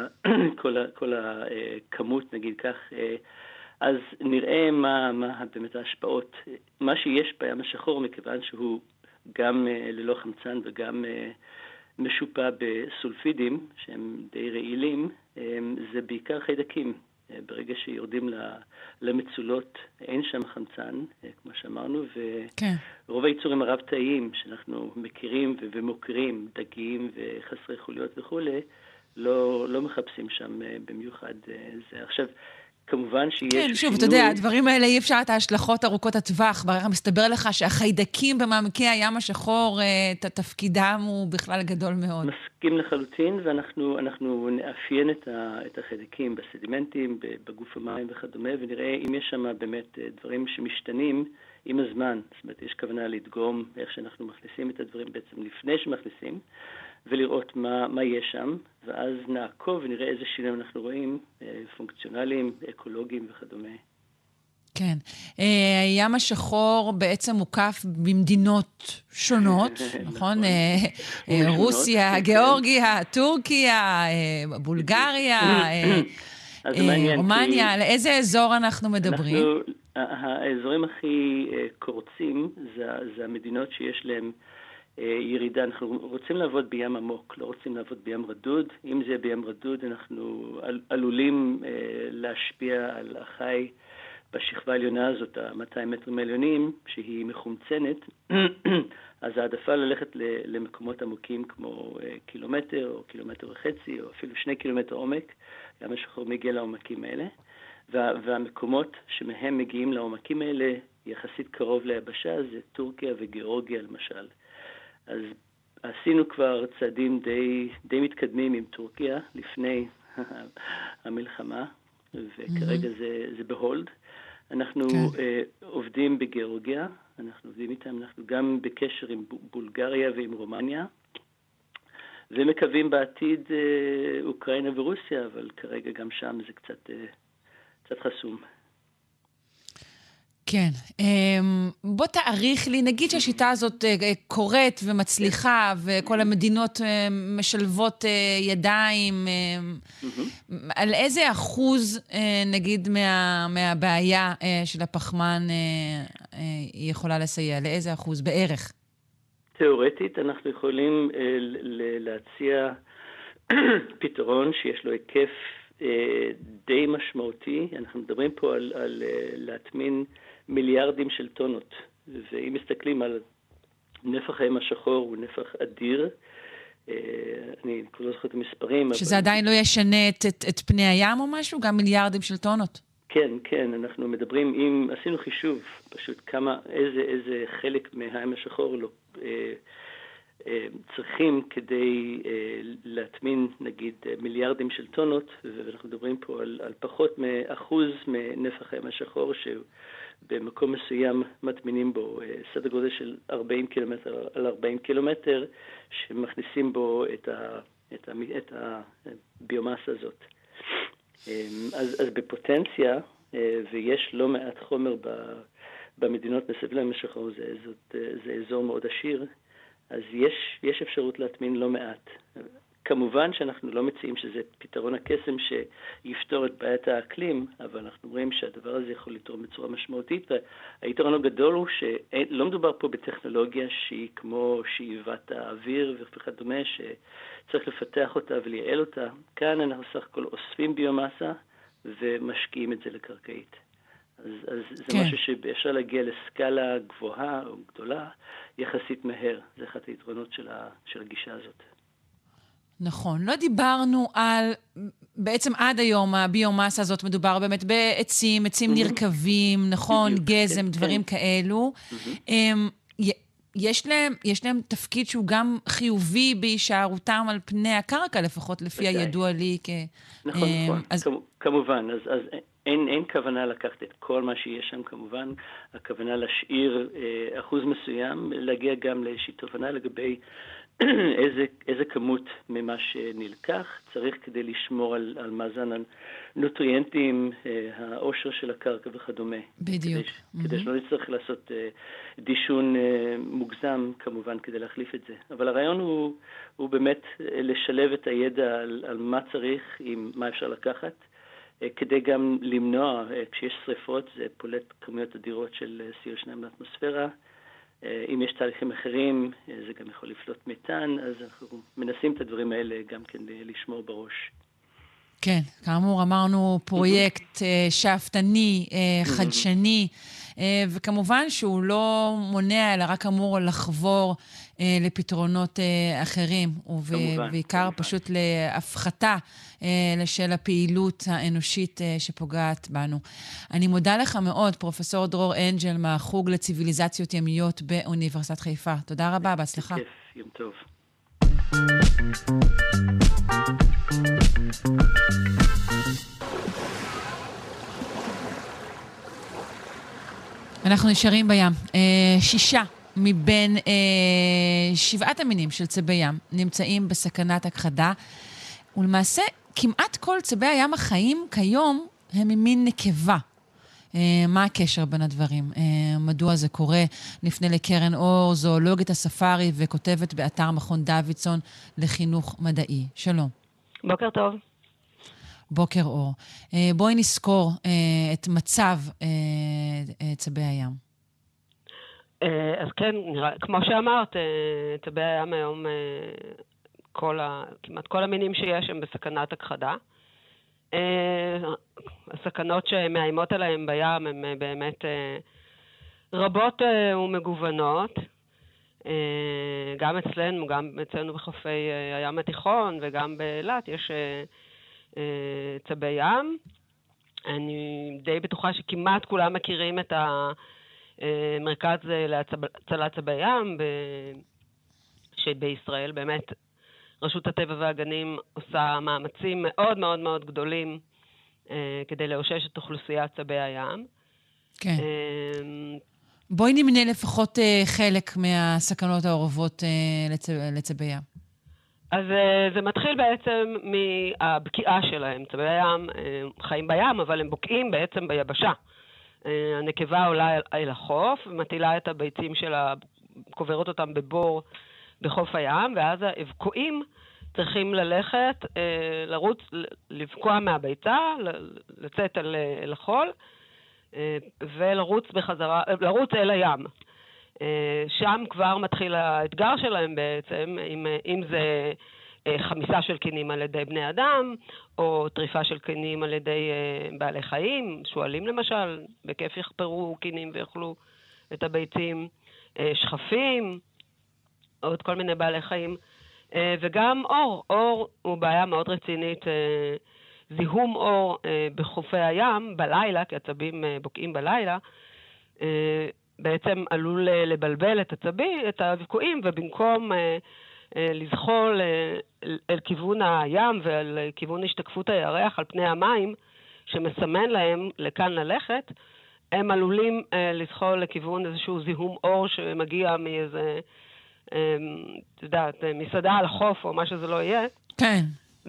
כל הכמות, נגיד כך, אז נראה מה באמת ההשפעות. מה שיש בים השחור, מכיוון שהוא גם ללא חמצן וגם משופע בסולפידים, שהם די רעילים, זה בעיקר חיידקים. ברגע שיורדים למצולות, אין שם חמצן, כמו שאמרנו, ורוב היצורים הרב-תאיים שאנחנו מכירים ומוכרים, דגים וחסרי חוליות וכו', לא מחפשים שם במיוחד זה. עכשיו, כמובן שיש... כן, שוב, אתה יודע, הדברים האלה אי אפשר את ההשלכות ארוכות הטווח. מסתבר לך שהחיידקים במעמקי הים השחור, תפקידם הוא בכלל גדול מאוד. מסכים לחלוטין, ואנחנו נאפיין את החיידקים בסדימנטים, בגוף המים וכדומה, ונראה אם יש שם באמת דברים שמשתנים עם הזמן. זאת אומרת, יש כוונה לדגום איך שאנחנו מכניסים את הדברים בעצם לפני שמכניסים, ולראות מה יש שם, ואז נעקוב ונראה איזה שינויים אנחנו רואים, פונקציונליים, אקולוגיים וכדומה. כן. הים השחור בעצם מוקף במדינות שונות, נכון? רוסיה, גיאורגיה, טורקיה, בולגריה, רומניה, על איזה אזור אנחנו מדברים? האזורים הכי קורצים זה המדינות שיש להם ירידה. אנחנו רוצים לעבוד בים עמוק, לא רוצים לעבוד בים רדוד. אם זה בים רדוד, אנחנו עלולים להשפיע על החי בשכבה העליונה הזאת, ה-200 מטרים העליונים, שהיא מחומצנת. אז העדפה ללכת למקומות עמוקים כמו קילומטר או קילומטר וחצי, או אפילו 2 קילומטר עומק. ים השחור מגיע לעומקים האלה. והמקומות שמהם מגיעים לעומקים האלה, יחסית קרוב ליבשה, זה טורקיה וגיאורגיה למשל. אז עשינו כבר צעדים די מתקדמים עם טורקיה לפני המלחמה, וכרגע זה בהולד. אנחנו עובדים בגיאורגיה, אנחנו עובדים איתם, אנחנו גם בקשר עם בולגריה ועם רומניה, ומקווים בעתיד אוקראינה ורוסיה, אבל כרגע גם שם זה קצת חסום. כן. בוא תעריך לי, נגיד שהשיטה הזאת קורית ומצליחה, וכל המדינות משלבות ידיים, על איזה אחוז, נגיד, מהבעיה של הפחמן היא יכולה לסייע? לאיזה אחוז? בערך? תיאורטית, אנחנו יכולים להציע פתרון שיש לו היקף די משמעותי. אנחנו מדברים פה על להטמין מיליארדים של טונות, ואם מסתכלים על נפח הים השחור הוא נפח אדיר. אני כבר לא זוכר את המספרים. שזה עדיין לא ישנה את פני הים או משהו? גם מיליארדים של טונות? כן, אנחנו מדברים, עשינו חישוב, פשוט איזה חלק מהים השחור צריכים כדי להטמין, נגיד, מיליארדים של טונות, ואנחנו מדברים פה על פחות מאחוז מנפח הים השחור, שבמקום מסוים מטמינים בו סדר גודל של 40 קילומטר על 40 קילומטר, שמכניסים בו את הביומאסה הזאת. אז בפוטנציה, ויש לא מעט חומר במדינות מסביב לים השחור, זה אזור מאוד עשיר, אז יש אפשרות להטמין לא מעט. כמובן שאנחנו לא מציעים שזה פתרון הקסם שיפתור את בעיית האקלים, אבל אנחנו רואים שהדבר הזה יכול לתרום בצורה משמעותית, והיתרון הגדול הוא שלא מדובר פה בטכנולוגיה שהיא כמו שאיבת האוויר וכדומה, שצריך לפתח אותה ולייעל אותה. כאן אנחנו סך הכל אוספים ביומאסה ומשקיעים את זה לקרקעית. אז זה משהו שאפשר להגיע לסקאלה גבוהה או גדולה, יחסית מהר. זה אחד היתרונות של הגישה הזאת. נכון. לא דיברנו על, בעצם עד היום הביומאסה הזאת מדובר באמת בעצים, עצים נרכבים, נכון, גזם, דברים כאלו. יש להם תפקיד שהוא גם חיובי בהישארותם על פני הקרקע, לפחות לפי הידוע לי. נכון, נכון. כמובן, אז אין כוונה לקחת את כל מה שיש שם, כמובן. הכוונה להשאיר אחוז מסוים, להגיע גם לאיזושהי תובנה לגבי איזה כמות ממה שנלקח צריך כדי לשמור על מאזן הנוטריאנטים, העושר של הקרקע וכדומה. בדיוק. כדי שלא נצטרך לעשות דישון מוגזם, כמובן, כדי להחליף את זה. אבל הרעיון הוא באמת לשלב את הידע על מה צריך, עם מה אפשר לקחת, כדי גם למנוע, כשיש שריפות, זה פולט כמויות אדירות של CO2 לאטמוספירה. אם יש תהליכים אחרים, זה גם יכול לפלוט מתאן, אז אנחנו מנסים את הדברים האלה גם כן לשמור בראש. כן, כאמור אמרנו פרויקט שאפתני, חדשני, וכמובן שהוא לא מונע, אלא רק אמור לחבור לפתרונות אחרים, ובעיקר פשוט להפחתה של הפעילות האנושית שפוגעת בנו. אני מודה לך מאוד, פרופסור דרור אנג'ל, מהחוג לציוויליזציות ימיות באוניברסיטת חיפה. תודה רבה, בהצלחה. בכיף, יום טוב. אנחנו נשארים בים. 6 מבין 7 המינים של צבי ים נמצאים בסכנת הכחדה, ולמעשה כמעט כל צבי הים החיים כיום הם ממין נקבה. מה הקשר בין הדברים? מדוע זה קורה? נפנה לקרן אור, זואולוגית הספארי וכותבת באתר מכון דוידסון לחינוך מדעי. שלום. בוקר טוב. בוקר אור. בואי נזכור את מצב צבי הים. אז כן, כמו שאמרת, צבי הים היום, כמעט כל המינים שיש הם בסכנת הכחדה. הסכנות שמאיימות עליהם בים הן באמת רבות ומגוונות. גם אצלנו, גם אצלנו בחופי הים התיכון וגם באילת יש צבי ים. אני די בטוחה שכמעט כולם מכירים את המרכז להצלת צבי ים, שבישראל באמת רשות הטבע והגנים עושה מאמצים מאוד מאוד מאוד גדולים כדי לאושש את אוכלוסיית צבי הים. כן. בואי נמנה לפחות חלק מהסכנות האורבות לצבי ים. אז זה מתחיל בעצם מהבקיעה שלהם. צבי הים חיים בים, אבל הם בוקעים בעצם ביבשה. הנקבה עולה אל החוף, ומטילה את הביצים שלה, קוברת אותם בבור בחוף הים, ואז האבקועים צריכים ללכת, לרוץ, לבקוע מהביצה, לצאת אל החול, ולרוץ בחזרה, לרוץ אל הים. שם כבר מתחיל האתגר שלהם בעצם, אם זה חמיסה של קינים על ידי בני אדם, או טריפה של קינים על ידי בעלי חיים, שואלים למשל, בכיף יחפרו קינים ויאכלו את הביצים, שכפים, עוד כל מיני בעלי חיים, וגם אור. אור הוא בעיה מאוד רצינית, זיהום אור בחופי הים בלילה, כי הצבים בוקעים בלילה, בעצם עלול לבלבל את את האבקועים, ובמקום לזחול אל כיוון הים ועל כיוון השתקפות הירח על פני המים, שמסמן להם לכאן ללכת, הם עלולים לזחול לכיוון איזשהו זיהום אור שמגיע מאיזה, את יודעת, מסעדה על החוף או מה שזה לא יהיה. כן.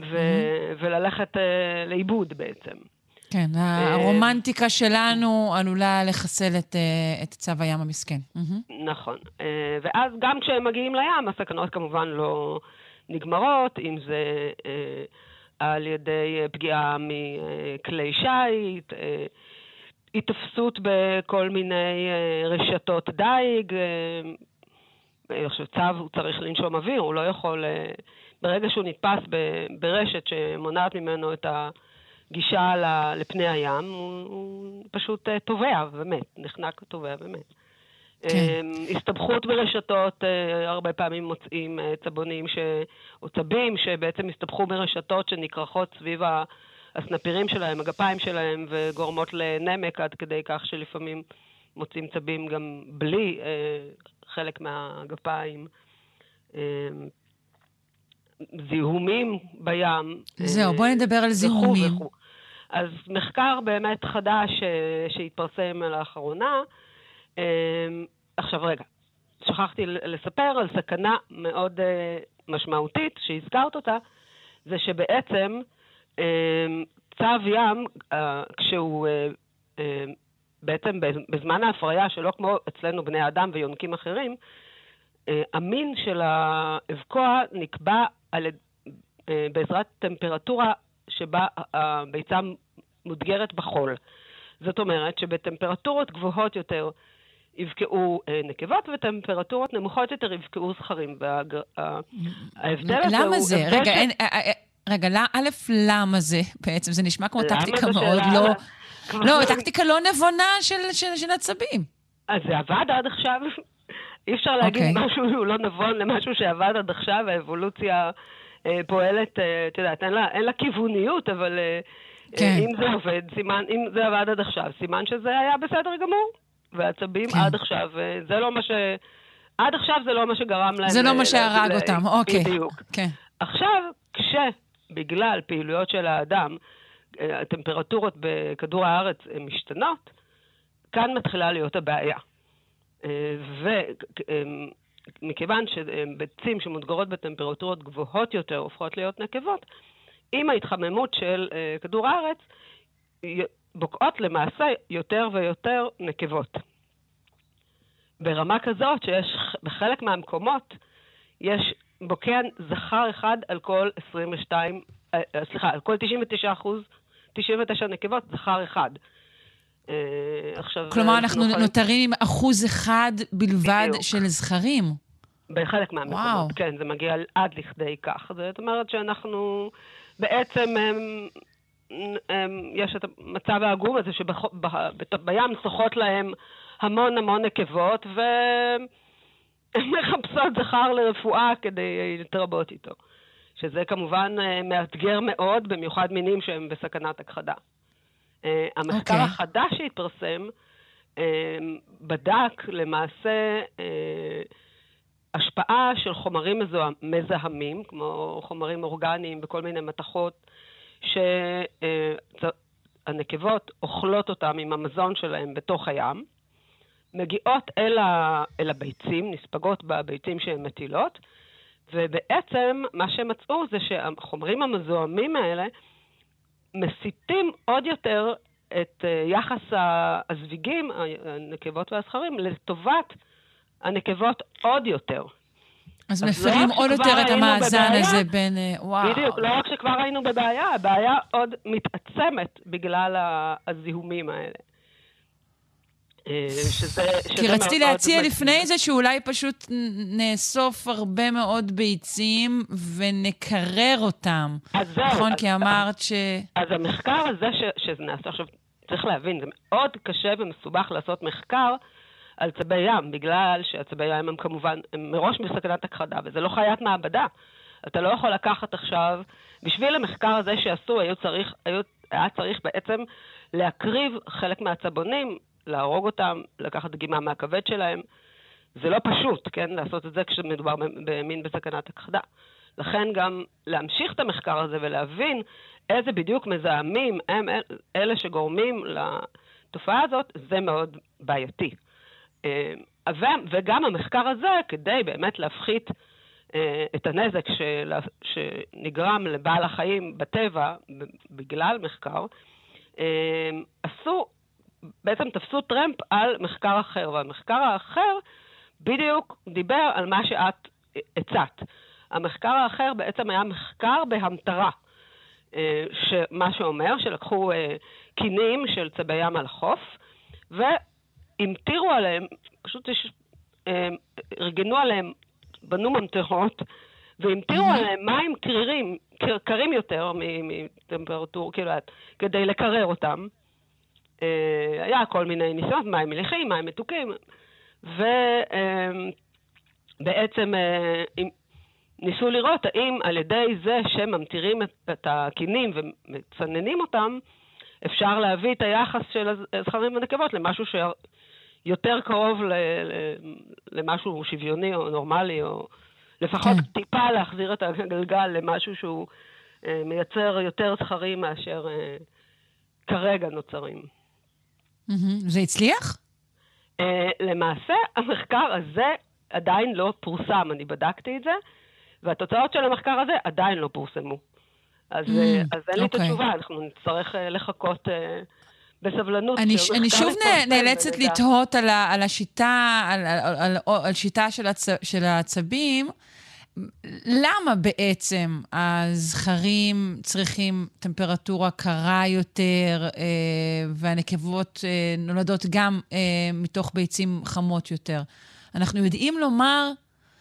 וללכת לאיבוד בעצם. כן, הרומנטיקה שלנו עלולה לחסל את צב הים המסכן. נכון. ואז גם כשהם מגיעים לים, הסכנות כמובן לא נגמרות, אם זה על ידי פגיעה מכלי שייט, התאפסות בכל מיני רשתות דייג. צב הוא צריך לנשום אוויר, הוא לא יכול, ברגע שהוא נתפס ברשת שמונעת ממנו את הגישה לפני הים, הוא פשוט טובע ומת, נחנק טובע ומת. הסתבכות ברשתות, הרבה פעמים מוצאים צבונים או צבים שבעצם הסתבכו ברשתות שנקרחות סביב הסנפירים שלהם, הגפיים שלהם, וגורמות לנמק עד כדי כך שלפעמים מוצאים צבים גם בלי חלק מהגפיים. זיהומים בים. זהו, בואי נדבר על זיהומים. אז מחקר באמת חדש שהתפרסם לאחרונה. עכשיו רגע, שכחתי לספר על סכנה מאוד משמעותית שהזכרת אותה, זה שבעצם צב ים, כשהוא בעצם בזמן ההפריה, שלא כמו אצלנו בני אדם ויונקים אחרים, המין של האבקוע נקבע בעזרת טמפרטורה שבה הביצה מודגרת בחול. זאת אומרת שבטמפרטורות גבוהות יותר יבקעו נקבות, וטמפרטורות נמוכות יותר יבקעו זכרים. וההבדל הזה למה זה? רגע, א', למה זה בעצם? זה נשמע כמו טקטיקה מאוד לא, טקטיקה לא נבונה של עצבים. אז זה עבד עד עכשיו. אי אפשר להגיד משהו שהוא לא נבון למשהו שעבד עד עכשיו, האבולוציה פועלת, אתה יודעת, אין לה כיווניות, אבל אם זה עובד, אם זה עבד עד עכשיו, סימן שזה היה בסדר גמור. והעצבים עד עכשיו, זה לא מה עד עכשיו זה לא מה שגרם להם. זה לא מה שהרג אותם, אוקיי. בדיוק. עכשיו, כשבגלל פעילויות של האדם, הטמפרטורות בכדור הארץ משתנות, כאן מתחילה להיות הבעיה. ומכיוון שביצים שמודגרות בטמפרטורות גבוהות יותר הופכות להיות נקבות, עם ההתחממות של כדור הארץ, בוקעות למעשה יותר ויותר נקבות. ברמה כזאת שיש בחלק מהמקומות, יש בוקע זכר אחד על כל 99 נקבות, זכר אחד. כלומר, אנחנו נותרים עם 1% בלבד של זכרים. בחלק מהמקומות, כן, זה מגיע עד לכדי כך. זאת אומרת שאנחנו בעצם יש את המצב העגום הזה שבים שוחות להם המון נקבות, והן מחפשות זכר לרפואה כדי להתרבות איתו. שזה כמובן מאתגר מאוד, במיוחד מינים שהם בסכנת הכחדה. המחקר החדש שהתפרסם בדק למעשה השפעה של חומרים מזהמים, כמו חומרים אורגניים בכל מיני מתכות, שהנקבות אוכלות אותם עם המזון שלהם בתוך הים, מגיעות אל הביצים, נספגות בביצים שהן מטילות, ובעצם מה שמצאו זה שהחומרים המזוהמים האלה מסיטים עוד יותר את יחס הזוויגים, הנקבות והזכרים, לטובת הנקבות עוד יותר. אז מפרים עוד יותר את המאזן הזה בין... בדיוק, לא רק שכבר היינו בבעיה, הבעיה עוד מתעצמת בגלל הזיהומים האלה. כי רציתי להציע לפני זה שאולי פשוט נאסוף הרבה מאוד ביצים ונקרר אותם. נכון, כי אמרת ש... אז המחקר הזה שזה נעשה עכשיו, צריך להבין, זה מאוד קשה ומסובך לעשות מחקר על צבי ים, בגלל שהצבי ים הם כמובן, הם מראש בסכנת הכחדה, וזה לא חיית מעבדה. אתה לא יכול לקחת עכשיו, בשביל המחקר הזה שעשו, היה צריך בעצם להקריב חלק מהצבונים, להרוג אותם, לקחת דגימה מהכבד שלהם. זה לא פשוט, כן? לעשות את זה כשמדובר במין בסכנת הכחדה. לכן גם להמשיך את המחקר הזה ולהבין איזה בדיוק מזהמים הם אלה שגורמים לתופעה הזאת, זה מאוד בעייתי. וגם המחקר הזה, כדי באמת להפחית את הנזק שנגרם לבעל החיים בטבע בגלל מחקר, בעצם תפסו טרמפ על מחקר אחר, והמחקר האחר בדיוק דיבר על מה שאת הצעת. המחקר האחר בעצם היה מחקר בהמטרה, שמה שאומר שלקחו קינים של צבי ים על החוף, והמטירו עליהם, פשוט ארגנו עליהם, בנו ממטרות, והמטירו עליהם מים קרים יותר מטמפרטורה, כדי לקרר אותם. היה כל מיני ניסיונות, מים מליחים, מים מתוקים, ובעצם ניסו לראות האם על ידי זה שממתירים את הקינים ומצננים אותם, אפשר להביא את היחס של הזכרים ונקבות למשהו שיותר קרוב למשהו שוויוני או נורמלי, או לפחות טיפה להחזיר את הגלגל למשהו שהוא מייצר יותר זכרים מאשר כרגע נוצרים. זה הצליח? למעשה, המחקר הזה עדיין לא פורסם, אני בדקתי את זה, והתוצאות של המחקר הזה עדיין לא פורסמו. אז אין לי את התשובה, אנחנו נצטרך לחכות בסבלנות. אני שוב נאלצת לתהות על השיטה, על שיטה של העצבים. למה בעצם הזכרים צריכים טמפרטורה קרה יותר, והנקבות נולדות גם מתוך ביצים חמות יותר? אנחנו יודעים לומר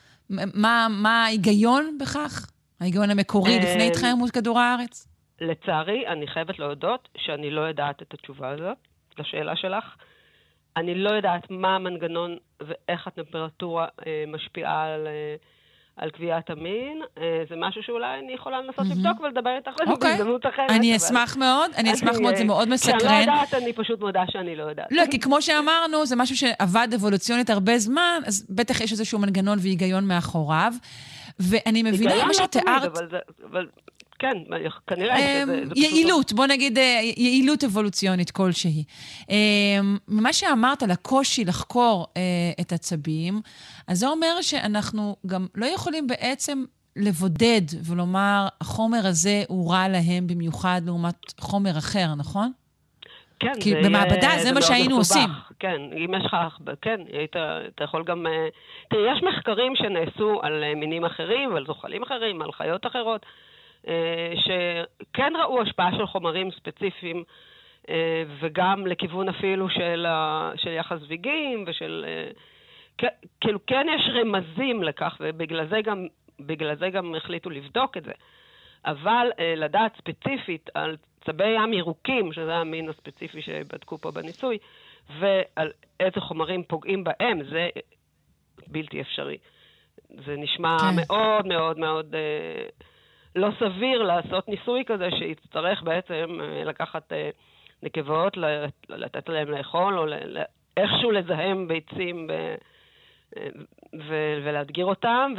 מה ההיגיון בכך? ההיגיון המקורי לפני התחממות כדור הארץ? לצערי, אני חייבת להודות שאני לא יודעת את התשובה הזאת לשאלה שלך. אני לא יודעת מה המנגנון ואיך הטמפרטורה משפיעה על קביעת המין. זה משהו שאולי אני יכולה לנסות לבדוק ולדבר איתך בהזדמנות אחרת. אני אשמח מאוד, זה מאוד מסקרן. כשאני לא יודעת, אני פשוט מודה שאני לא יודעת. לא, כי כמו שאמרנו, זה משהו שעבד אבולוציונית הרבה זמן, אז בטח יש איזשהו מנגנון והיגיון מאחוריו. ואני מבינה מה שתיארת... אבל כן, כנראה שזה פשוט... יעילות, בוא נגיד יעילות אבולוציונית כלשהי. ממה שאמרת על הקושי לחקור את עצבים, אז זה אומר שאנחנו גם לא יכולים בעצם לבודד ולומר, החומר הזה הוא רע להם במיוחד לעומת חומר אחר, נכון? כן, כי במעבדה זה מה שהיינו עושים. כן, אם יש לך, כן, אתה יכול גם... תראה, יש מחקרים שנעשו על מינים אחרים, על זוחלים אחרים, על חיות אחרות, שכן ראו השפעה של חומרים ספציפיים, וגם לכיוון אפילו של יחס זוויגים, ושל... כאילו כן יש רמזים לכך, ובגלל זה גם החליטו לבדוק את זה. אבל לדעת ספציפית על צבי ים ירוקים, שזה המין הספציפי שבדקו פה בניסוי, ועל איזה חומרים פוגעים בהם, זה בלתי אפשרי. זה נשמע מאוד מאוד מאוד לא סביר לעשות ניסוי כזה שיצטרך בעצם לקחת נקבות, לתת להם לאכול, או איכשהו לזהם ביצים ולהדגיר אותם,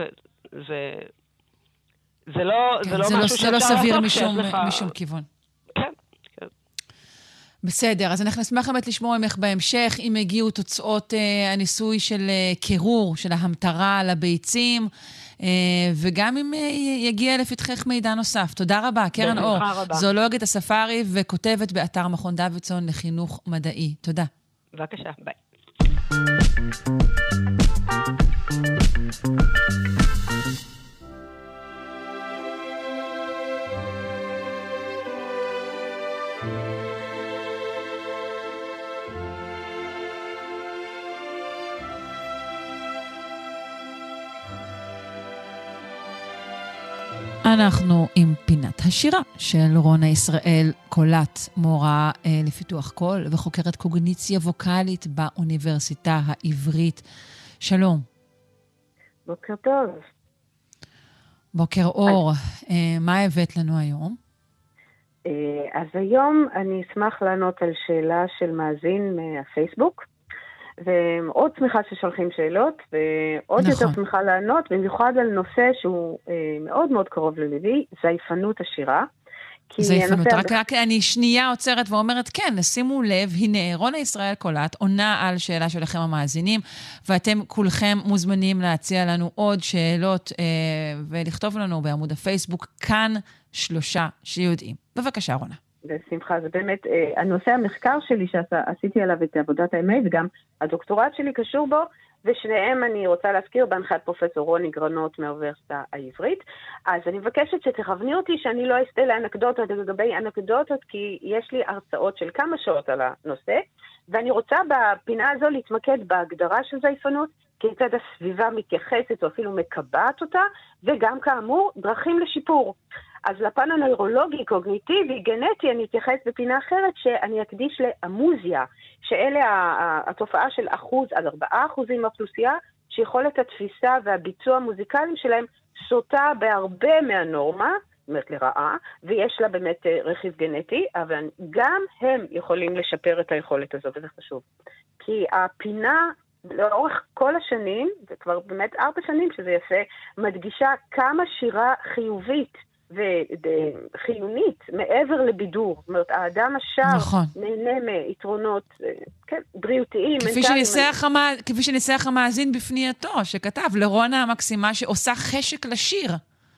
זה לא משהו שאפשר לעשות סביר משום כיוון. כן. בסדר, אז אנחנו נשמח באמת לשמוע ממך בהמשך, אם הגיעו תוצאות הניסוי של קירור, של ההמטרה על הביצים, וגם אם יגיע לפתחך מידע נוסף. תודה רבה, קרן אור, זואולוגית הספארי וכותבת באתר מכון דוידסון לחינוך מדעי. תודה. בבקשה, ביי. אנחנו עם פינת השירה של רונה ישראל קולט, מורה לפיתוח קול וחוקרת קוגניציה ווקלית באוניברסיטה העברית. שלום. בוקר טוב. בוקר אור. מה הבאת לנו היום? אז היום אני אשמח לענות על שאלה של מאזין מהפייסבוק, ומאוד שמחה ששולחים שאלות, ועוד יותר שמחה לענות, במיוחד על נושא שהוא מאוד מאוד קרוב לליבי, זייפנות השירה. זייפנות, רק אני שנייה עוצרת ואומרת, כן, שימו לב, הנה, רונה ישראל קולט עונה על שאלה שלכם המאזינים, ואתם כולכם מוזמנים להציע לנו עוד שאלות, ולכתוב לנו בעמוד הפייסבוק, כאן 3 שיודעים. בבקשה, רונה. בשמחה, זה באמת, הנושא המחקר שלי שעשיתי עליו את עבודת האמת, וגם הדוקטורט שלי קשור בו, ושניהם אני רוצה להזכיר בהנחיית פרופסור רוני גרנות מהאוניברסיטה העברית. אז אני מבקשת שתכווני אותי שאני לא אסתה לאנקדוטות לגבי אנקדוטות, כי יש לי הרצאות של כמה שעות על הנושא, ואני רוצה בפינה הזו להתמקד בהגדרה של זייפנות, כיצד הסביבה מתייחסת או אפילו מקבעת אותה, וגם כאמור דרכים לשיפור. אז לפן הנוירולוגי, קוגניטיבי, גנטי, אני אתייחס בפינה אחרת שאני אקדיש לאמוזיה, שאלה התופעה של 1% עד 4% מהאוכלוסייה, שיכולת התפיסה והביצוע המוזיקליים שלהם סוטה בהרבה מהנורמה, זאת אומרת לרעה, ויש לה באמת רכיב גנטי, אבל גם הם יכולים לשפר את היכולת הזו, וזה חשוב. כי הפינה לאורך כל השנים, זה כבר באמת 4 שנים שזה יפה, מדגישה כמה שירה חיובית וחיונית מעבר לבידור. זאת אומרת, האדם השר נכון. נהנה מיתרונות כן, בריאותיים. כפי שניסח המאזין בפנייתו, שכתב, לרונה המקסימה שעושה חשק לשיר.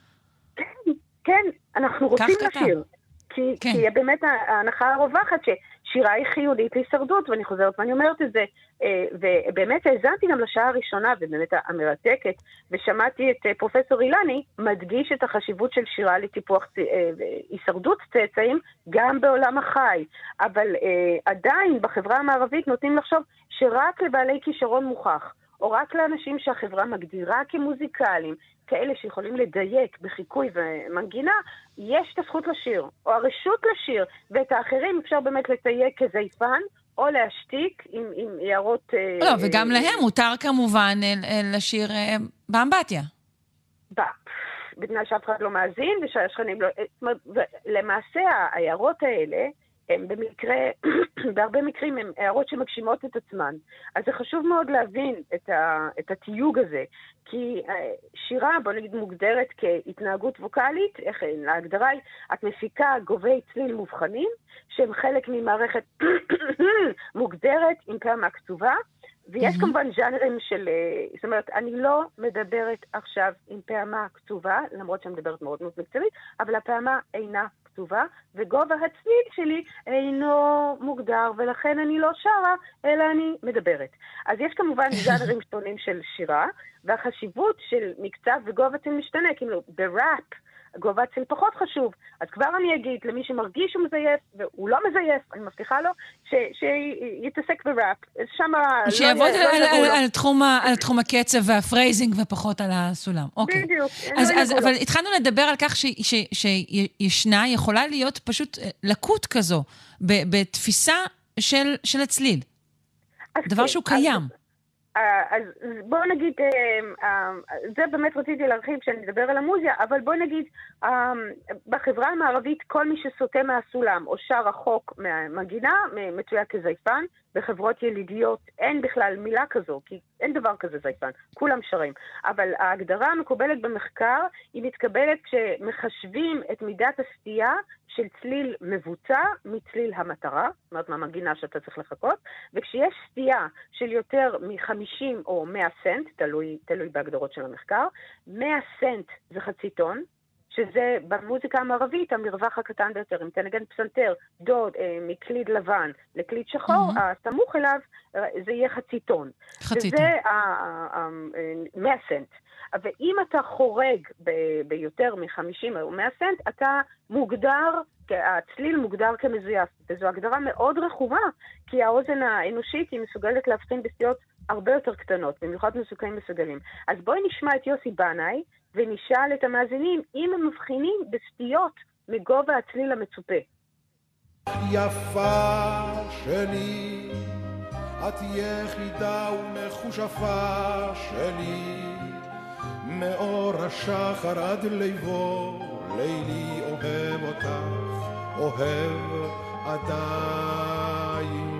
כן, אנחנו רוצים לשיר. כי באמת ההנחה הרווחת ששירה היא חיונית להישרדות, ואני חוזרת ואני אומרת את זה, ובאמת האזנתי גם לשעה הראשונה, ובאמת המרתקת, ושמעתי את פרופסור אילני מדגיש את החשיבות של שירה לטיפוח הישרדות צאצאים, גם בעולם החי. אבל עדיין בחברה המערבית נוטים לחשוב שרק לבעלי כישרון מוכח, או רק לאנשים שהחברה מגדירה כמוזיקליים, כאלה שיכולים לדייק בחיקוי ומנגינה, יש את הזכות לשיר, או הרשות לשיר, ואת האחרים אפשר באמת לתייק כזייפן, או להשתיק עם הערות... לא, וגם להם מותר כמובן לשיר באמבטיה. בתנאי שאף אחד לא מאזין, ושהשכנים לא... למעשה, ההערות האלה, הם בהרבה מקרים הם הערות שמגשימות את עצמן. אז זה חשוב מאוד להבין את התיוג הזה, כי שירה, בוא נגיד, מוגדרת כהתנהגות ווקלית, איך ההגדרה היא, את מפיקה גובי צליל מובחנים, שהם חלק ממערכת מוגדרת עם פעמה קצובה, ויש כמובן ז'אנרים של, זאת אומרת, אני לא מדברת עכשיו עם פעמה קצובה, למרות שאני מדברת מאוד מאוד מקצועית, אבל הפעמה אינה כתובה, וגובה הצליל שלי אינו מוגדר, ולכן אני לא שרה, אלא אני מדברת. אז יש כמובן ז'אנרים שונים של שירה, והחשיבות של מקצב וגובה צליל משתנה, כאילו בראפ, גובה צליל פחות חשוב. אז כבר אני אגיד למי שמרגיש שהוא מזייף, והוא לא מזייף, אני מבטיחה לו, שיתעסק בראפ. שיעבוד על תחום הקצב והפרייזינג ופחות על הסולם. בדיוק. אבל התחלנו לדבר על כך שישנה, יכולה להיות פשוט לקות כזו, בתפיסה של הצליל. דבר שהוא קיים. אז בואו נגיד, זה באמת רציתי להרחיב כשאני מדבר על המוזיקה, אבל בואו נגיד, בחברה המערבית כל מי שסוטה מהסולם או שר רחוק מהמנגינה מצויה כזייפן, בחברות ילידיות אין בכלל מילה כזו, כי אין דבר כזה זייפן, כולם שרים. אבל ההגדרה המקובלת במחקר היא מתקבלת כשמחשבים את מידת הסטייה של צליל מבוצע מצליל המטרה, זאת אומרת מהמנגינה שאתה צריך לחכות, וכשיש סטייה של יותר מ-50 או 100 סנט, תלוי בהגדרות של המחקר, 100 סנט זה חצי טון, שזה במוזיקה המערבית המרווח הקטן ביותר. אם תנגן פסנתר דוד מקליד לבן לקליד שחור, הסמוך אליו זה יהיה חצי טון. וזה 100 סנט. ואם אתה חורג ביותר מ-50 או 100 סנט, אתה מוגדר, הצליל מוגדר כמזויף. וזו הגדרה מאוד רחומה, כי האוזן האנושית היא מסוגלת להבחין בסטיות הרבה יותר קטנות, במיוחד מוזיקאים מסוגלים. אז בואי נשמע את יוסי בנאי, ונשאל את המאזינים אם הם מבחינים בסטיות מגובה הצליל המצופה. יפה שלי, את יחידה ומחושפה שלי, מאור השחר עד ליבו, לילי אוהב אותך, אוהב עדיין.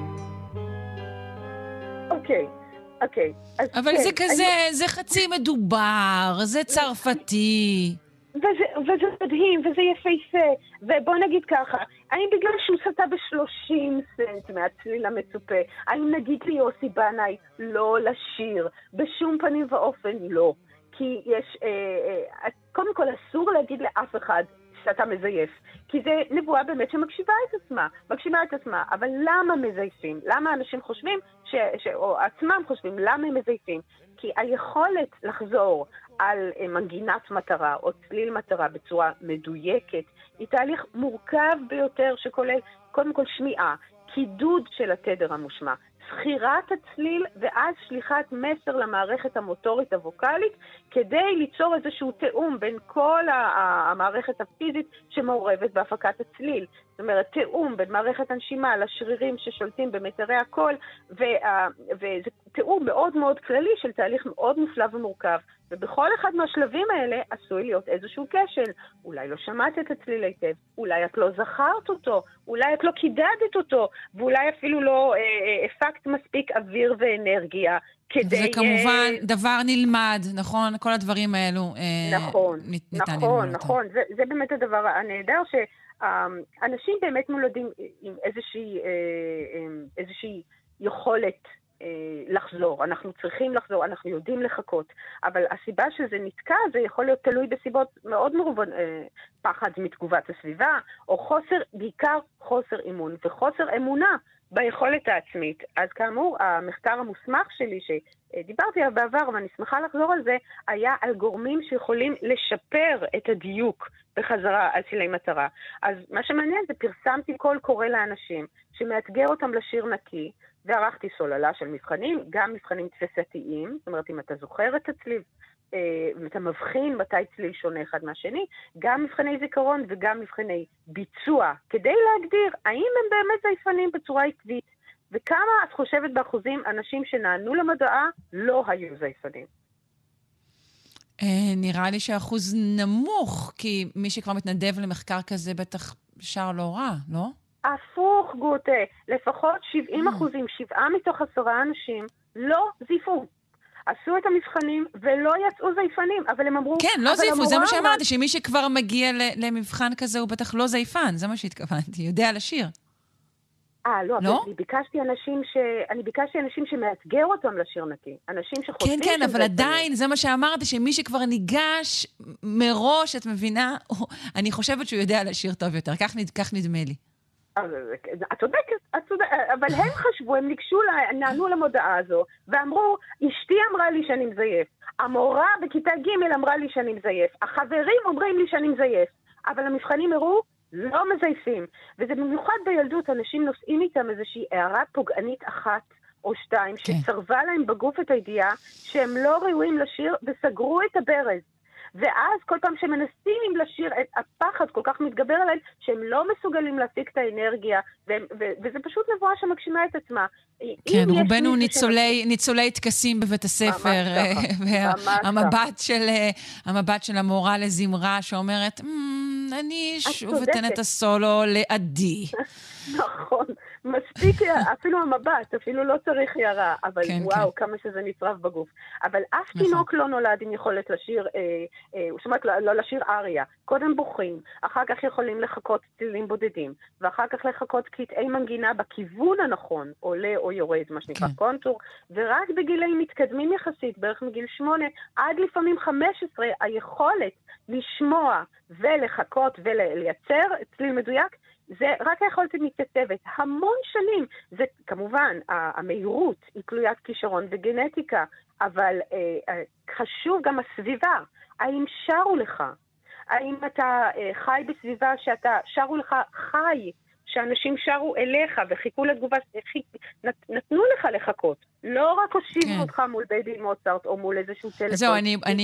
אוקיי. אבל זה כזה, זה חצי מדובר, זה צרפתי. וזה מדהים, וזה יפהפה. ובוא נגיד ככה, האם בגלל שהוא סטה ב-30 סנט מהצליל המצופה, האם נגיד לי יוסי בנאי לא לשיר? בשום פנים ואופן לא. כי יש, קודם כל אסור להגיד לאף אחד שאתה מזייף. כי זה נבואה באמת שמגשימה את עצמה. אבל למה מזייפים? למה אנשים חושבים, או עצמם חושבים, למה הם מזייפים? כי היכולת לחזור על מנגינת מטרה או צליל מטרה בצורה מדויקת, היא תהליך מורכב ביותר שכולל קודם כל שמיעה, קידוד של התדר המושמע, סחירת הצליל ואז שליחת מסר למערכת המוטורית הווקלית, כדי ליצור איזשהו תאום בין כל המערכת הפיזית שמעורבת בהפקת הצליל. זאת אומרת, תאום בין מערכת הנשימה לשרירים ששולטים במיתרי הקול, וזה תאום מאוד מאוד כללי של תהליך מאוד מופלא ומורכב. ובכל אחד מהשלבים האלה עשוי להיות איזשהו כשל. אולי לא שמעת את הצליל היטב, אולי את לא זכרת אותו, אולי את לא קידדת אותו, ואולי אפילו לא הפקת מספיק אוויר ואנרגיה. כדי... זה כמובן דבר נלמד, נכון? כל הדברים האלו נכון, ניתן נכון, ללמוד. נכון. זה באמת הדבר הנהדר שאנשים באמת נולדים עם איזושהי יכולת לחזור. אנחנו צריכים לחזור, אנחנו יודעים לחכות, אבל הסיבה שזה נתקע זה יכול להיות תלוי בסיבות מאוד מרובות, פחד מתגובת הסביבה, או בעיקר חוסר אימון וחוסר אמונה ביכולת העצמית. אז כאמור, המחקר המוסמך שלי שדיברתי עליו בעבר, ואני שמחה לחזור על זה, היה על גורמים שיכולים לשפר את הדיוק בחזרה על צילי מטרה. אז מה שמעניין זה פרסמתי קול קורא לאנשים שמאתגר אותם לשיר נקי, וערכתי סוללה של מבחנים, גם מבחנים תפיסתיים, זאת אומרת אם אתה זוכר את הצליל, אתה מבחין מתי צליל שונה אחד מהשני, גם מבחני זיכרון וגם מבחני ביצוע, כדי להגדיר האם הם באמת זייפנים בצורה עקבית, וכמה את חושבת באחוזים אנשים שנענו למדעה לא היו זייפנים. נראה לי שהאחוז נמוך, כי מי שכבר מתנדב למחקר כזה בטח שר לא רע, לא? הפוך, גוטה, לפחות 70%, 7 מתוך 10 אנשים לא זייפו. עשו את המבחנים ולא יצאו זייפנים, אבל הם אמרו... כן, לא זייפו, זה מה שאמרתי, שמי שכבר מגיע למבחן כזה הוא בטח לא זייפן, זה מה שהתכוונתי, יודע לשיר. לא, אבל אני ביקשתי אנשים שמאתגר אותם לשיר נקי, אנשים שחושבים... כן, אבל עדיין, זה מה שאמרתי, שמי שכבר ניגש מראש, את מבינה, אני חושבת שהוא יודע לשיר טוב יותר, כך נדמה לי. את צודקת, אבל הם חשבו, הם נענו למודעה הזו, ואמרו, אשתי אמרה לי שאני מזייף, המורה בכיתה ג' אמרה לי שאני מזייף, החברים אומרים לי שאני מזייף, אבל המבחנים הראו, לא מזייפים, וזה במיוחד בילדות, אנשים נושאים איתם איזושהי הערה פוגענית אחת או שתיים, שצרבה להם בגוף את הידיעה, שהם לא ראויים לשיר, וסגרו את הברז. ואז כל פעם שמנסים לשיר, הפחד כל כך מתגבר עליהם, שהם לא מסוגלים להפיק את האנרגיה, וזה פשוט נבואה שמגשימה את עצמה. כן, רובנו ניצולי תקסים בבית הספר, והמבט של המורה לזמרה שאומרת, אני שוב אתן את הסולו לעדי. נכון, מספיק, אפילו המבט, אפילו לא צריך ירה, אבל וואו, כמה שזה נצרב בגוף. אבל אף תינוק לא נולד עם יכולת לשיר, זאת אומרת, לא לשיר אריה. קודם בוכים, אחר כך יכולים לחכות צלילים בודדים, ואחר כך לחכות קטעי מנגינה בכיוון הנכון, עולה או יורד, מה שנקרא קונטור, ורק בגילים מתקדמים יחסית, בערך מגיל 8, עד לפעמים 15, היכולת לשמוע ולחכות ולייצר צליל מדויק, זה רק היכולת מתייצבת. המון שנים, זה כמובן, המהירות היא תלוית כישרון וגנטיקה, אבל חשוב גם הסביבה. האם שרו לך? האם אתה חי בסביבה שאתה שרו לך חי, שאנשים שרו אליך וחיכו לתגובה, נתנו לך לחכות. לא רק הושיבו אותך מול בייבי מוצרט או מול איזשהו טלפון. זהו,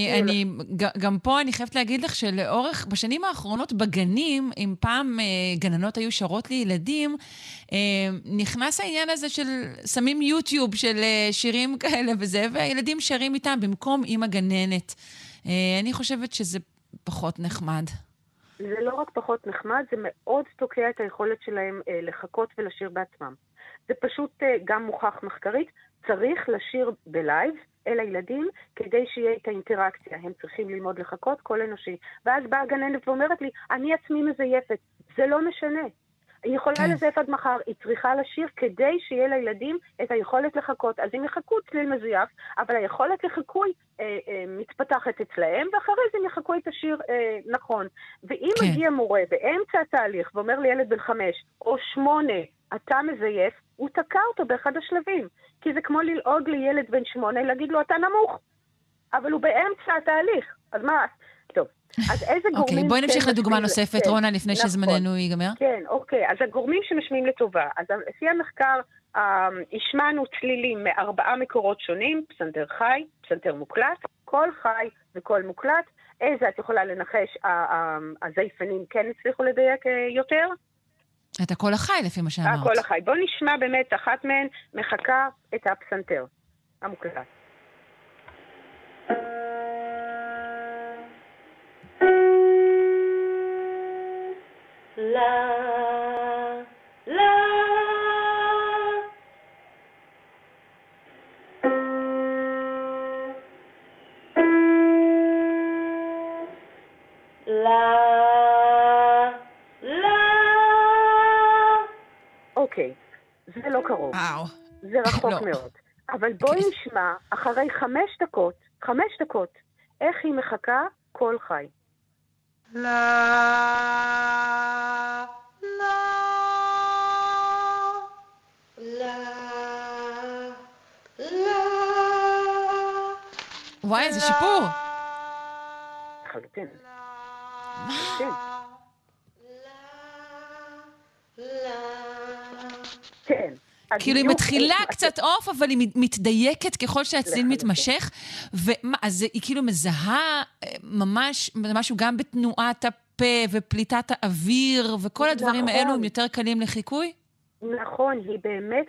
גם פה אני חייבת להגיד לך שלאורך, בשנים האחרונות בגנים, אם פעם גננות היו שרות לילדים, נכנס העניין הזה של שמים יוטיוב של שירים כאלה וזה, והילדים שרים איתם במקום עם הגננת. אני חושבת שזה פחות נחמד. זה לא רק פחות נחמד, זה מאוד תוקע את היכולת שלהם לחכות ולשיר בעצמם. זה פשוט גם מוכח מחקרית, צריך לשיר בלייב אל הילדים כדי שיהיה את האינטראקציה. הם צריכים ללמוד לחכות, כל אנושי. ואז באה הגננת ואומרת לי, אני עצמי מזייפת. זה לא משנה. היא יכולה לזייף עד מחר, היא צריכה לשיר כדי שיהיה לילדים את היכולת לחכות. אז הם יחכו צליל מזויף, אבל היכולת לחכוי מתפתחת אצלהם, ואחרי זה הם יחכו את השיר נכון. ואם מגיע מורה באמצע התהליך ואומר לילד בן 5 או 8, אתה מזייף, הוא תקע אותו באחד השלבים. כי זה כמו ללעוג לילד בן 8, להגיד לו אתה נמוך. אבל הוא באמצע התהליך. אז מה? טוב. אז איזה גורמים... אוקיי, בואי נמשיך לדוגמה נוספת, רונה, לפני שזמננו ייגמר. כן, אוקיי. אז הגורמים שמשמיעים לטובה. אז לפי המחקר השמענו צלילים מ4 מקורות שונים, פסנתר חי, פסנתר מוקלט, קול חי וקול מוקלט. איזה את יכולה לנחש, הזייפנים כן הצליחו לדייק יותר? את הקול החי, לפי מה שאמרת. הקול החי. בוא נשמע באמת, אחת מהן מחכה את הפסנתר המוקלט. לה, לה. אוקיי, זה לא קרוב. זה רחוק מאוד. אבל בואי נשמע, אחרי 5 דקות, איך היא מחכה קול חי. לה, לה, לה, לה. וואי, איזה שיפור. חלוטין. כן. כאילו היא מתחילה קצת אוף, אבל היא מתדייקת ככל שהצליל מתמשך, אז היא כאילו מזהה ממש משהו גם בתנועת הפה ופליטת האוויר, וכל הדברים האלו הם יותר קלים לחיקוי? נכון, היא באמת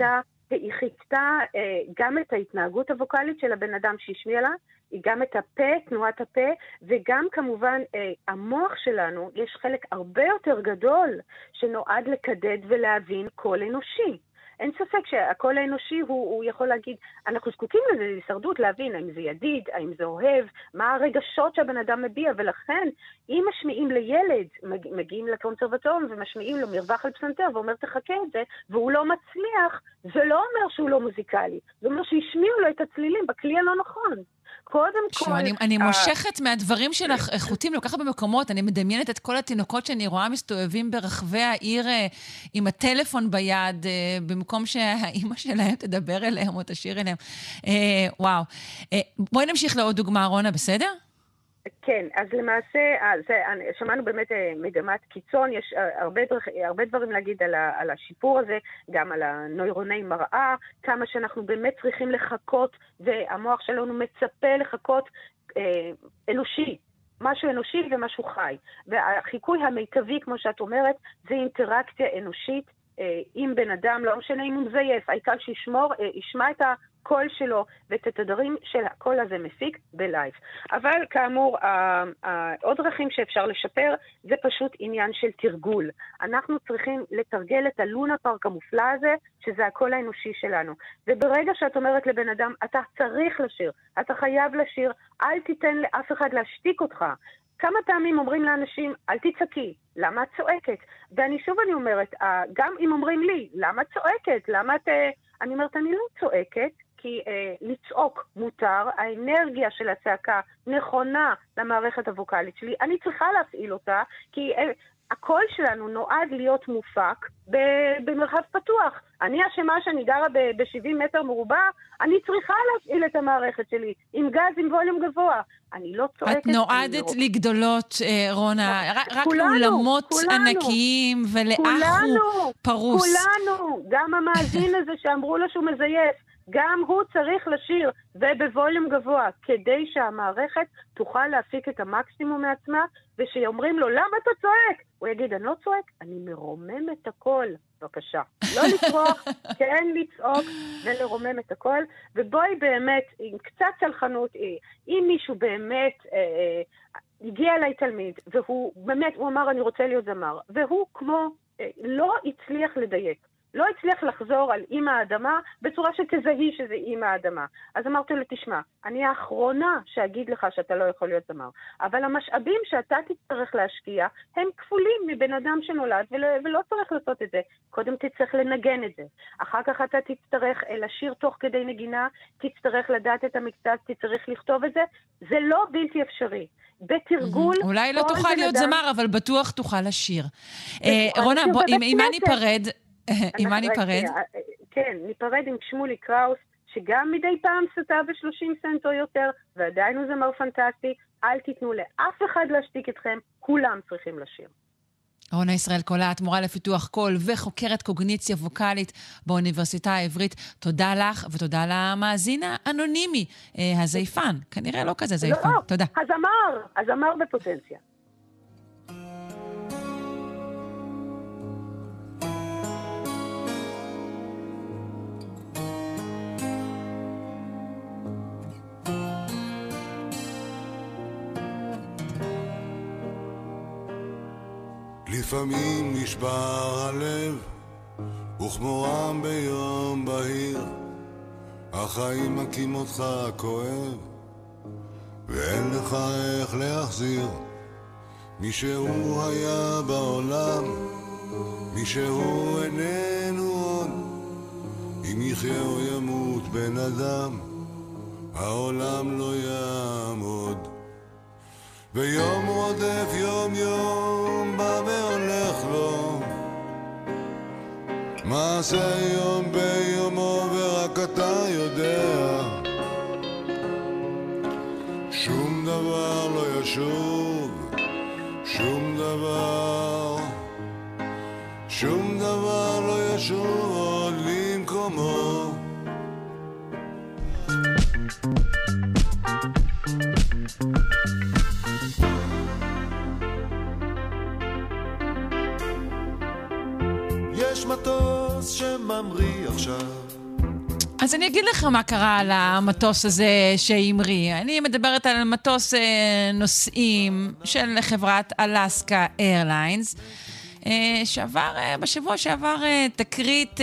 חיכתה גם את ההתנהגות הווקלית של הבן אדם שהשמיע לה, היא גם את הפה, תנועת הפה, וגם כמובן המוח שלנו, יש חלק הרבה יותר גדול שנועד לקדד ולהבין קול אנושי. אין ספק שהקול האנושי הוא יכול להגיד, אנחנו זקוקים לזה להישרדות, להבין האם זה ידיד, האם זה אוהב, מה הרגשות שהבן אדם מביע, ולכן אם משמיעים לילד, מגיעים לקונסרבטוריון ומשמיעים לו מרווח על פסנתר ואומר תחכה את זה, והוא לא מצליח, זה לא אומר שהוא לא מוזיקלי, זה אומר שהשמיעו לו את הצלילים בכלי הלא נכון. קודם כל... אני מושכת מהדברים שלך איכותים, לוקחת במקומות, אני מדמיינת את כל התינוקות שאני רואה מסתובבים ברחבי העיר עם הטלפון ביד, במקום שהאימא שלהם תדבר אליהם או תשאיר אליהם. וואו. בואי נמשיך לעוד דוגמה, רונה, בסדר? כן, אז למעשה, שמענו באמת מגמת קיצון, יש הרבה דברים להגיד על השיפור הזה, גם על הנוירוני מראה, כמה שאנחנו באמת צריכים לחכות, והמוח שלנו מצפה לחכות אנושי, משהו אנושי ומשהו חי. והחיקוי המיטבי, כמו שאת אומרת, זה אינטראקציה אנושית עם בן אדם, לא משנה אם הוא מזייף, העיקר שישמע את הקול שלו ואת התדרים של הקול הזה מפיק בלייב. אבל כאמור, עוד דרכים שאפשר לשפר, זה פשוט עניין של תרגול. אנחנו צריכים לתרגל את הלונה פארק המופלא הזה, שזה הקול האנושי שלנו. וברגע שאת אומרת לבן אדם, אתה צריך לשיר, אתה חייב לשיר, אל תיתן לאף אחד להשתיק אותך. כמה פעמים אומרים לאנשים, אל תצעקי, למה את צועקת? ואני אומרת, גם אם אומרים לי, למה את צועקת? אני אומרת, אני לא צועקת, כי לצעוק מותר, האנרגיה של הצעקה נכונה למערכת הווקלית שלי, אני צריכה להפעיל אותה, כי הקול שלנו נועד להיות מופק במרחב פתוח. אני אשמה שאני גרה ב-70 מטר מרובע, אני צריכה להפעיל את המערכת שלי, עם גז, עם ווליום גבוה. אני לא צועקת. את נועדת לגדולות, רונה, רק לאולמות ענקיים ולאחו פרוס. כולנו, גם המאזין הזה שאמרו לו שהוא מזייף, גם הוא צריך לשיר ובווליום גבוה, כדי שהמערכת תוכל להפיק את המקסימום מעצמה, ושיאומרים לו, למה אתה צועק? הוא יגיד, אני לא צועק, אני מרומם את הכל. בבקשה. לא לצרוח, כן לצעוק ולרומם את הכל. ובואי באמת, עם קצת צלחנות, אם מישהו באמת הגיע אליי תלמיד, והוא באמת, הוא אמר, אני רוצה להיות זמר, והוא כמו, לא הצליח לדייק. לא הצליח לחזור על אימא האדמה בצורה שתזהי שזה אימא האדמה. אז אמרתי לו, תשמע, אני האחרונה שאגיד לך שאתה לא יכול להיות זמר, אבל המשאבים שאתה תצטרך להשקיע הם כפולים מבן אדם שנולד, ולא צריך לעשות את זה. קודם תצטרך לנגן את זה. אחר כך אתה תצטרך לשיר תוך כדי נגינה, תצטרך לדעת את המקצת, תצטרך לכתוב את זה. זה לא בלתי אפשרי. בתרגול... אולי לא תוכל להיות זמר, אבל בטוח תוכל לשיר. רונה, עם מה ניפרד? עם מה ניפרד? כן, ניפרד עם שמולי קראוס, שגם מדי פעם סטה ב-30 סנט או יותר, ועדיין הוא זמר פנטסטי. אל תיתנו לאף אחד להשתיק אתכם, כולם צריכים לשיר. רונה ישראל קולט, מורה לפיתוח קול וחוקרת קוגניציה ווקלית באוניברסיטה העברית. תודה לך ותודה למאזין האנונימי, הזייפן. כנראה לא כזה זייפן. תודה. הזמר בפוטנציה. לפעמים נשבר הלב וכמורם ביום בהיר החיים מכים אותך כואב ואין לך איך להחזיר מי שהוא היה בעולם מי שהוא איננו עוד אם יחיה או ימות בן אדם העולם לא יעמוד ויום רודף יום יום בא והולך לו מעשה יום ביומו ורק אתה יודע שום דבר לא ישוב שום דבר לא ישוב עוד למקומו יש מטוס שממריא עכשיו. אז אני אגיד לך מה קרה על המטוס הזה שהמריא. אני מדברת על מטוס נוסעים של חברת אלסקה איירליינס, שעבר בשבוע שעבר תקרית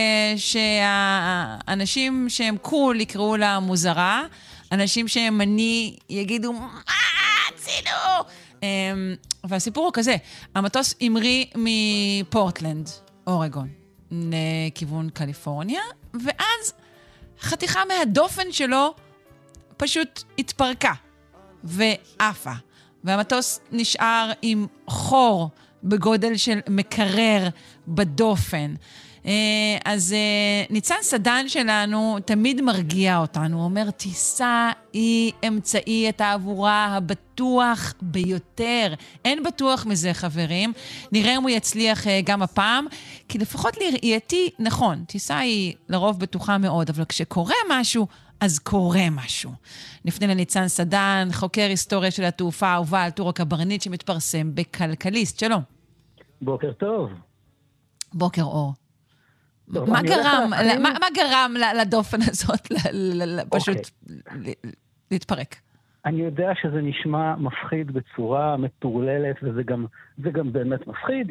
שהאנשים שהם קול יקראו לה מוזרה, אנשים שהם אני יגידו מה עשינו? והסיפור הוא כזה, המטוס המריא מפורטלנד, אורגון, לכיוון קליפורניה, ואז חתיכה מהדופן שלו פשוט התפרקה ועפה, והמטוס נשאר עם חור בגודל של מקרר בדופן. אז ניצן סדן שלנו תמיד מרגיע אותנו, הוא אומר, טיסה היא אמצעי התעבורה הבטוח ביותר. אין בטוח מזה, חברים. נראה אם הוא יצליח גם הפעם, כי לפחות לראייתי, נכון, טיסה היא לרוב בטוחה מאוד, אבל כשקורה משהו, אז קורה משהו. נפנה לניצן סדן, חוקר היסטוריה של התעופה האהובה על טור הקברניט שמתפרסם בכלכליסט. שלום. בוקר טוב. בוקר אור. מה גרם לדופן הזאת פשוט להתפרק? אני יודע שזה נשמע מפחיד בצורה מטורללת, וזה גם באמת מפחיד.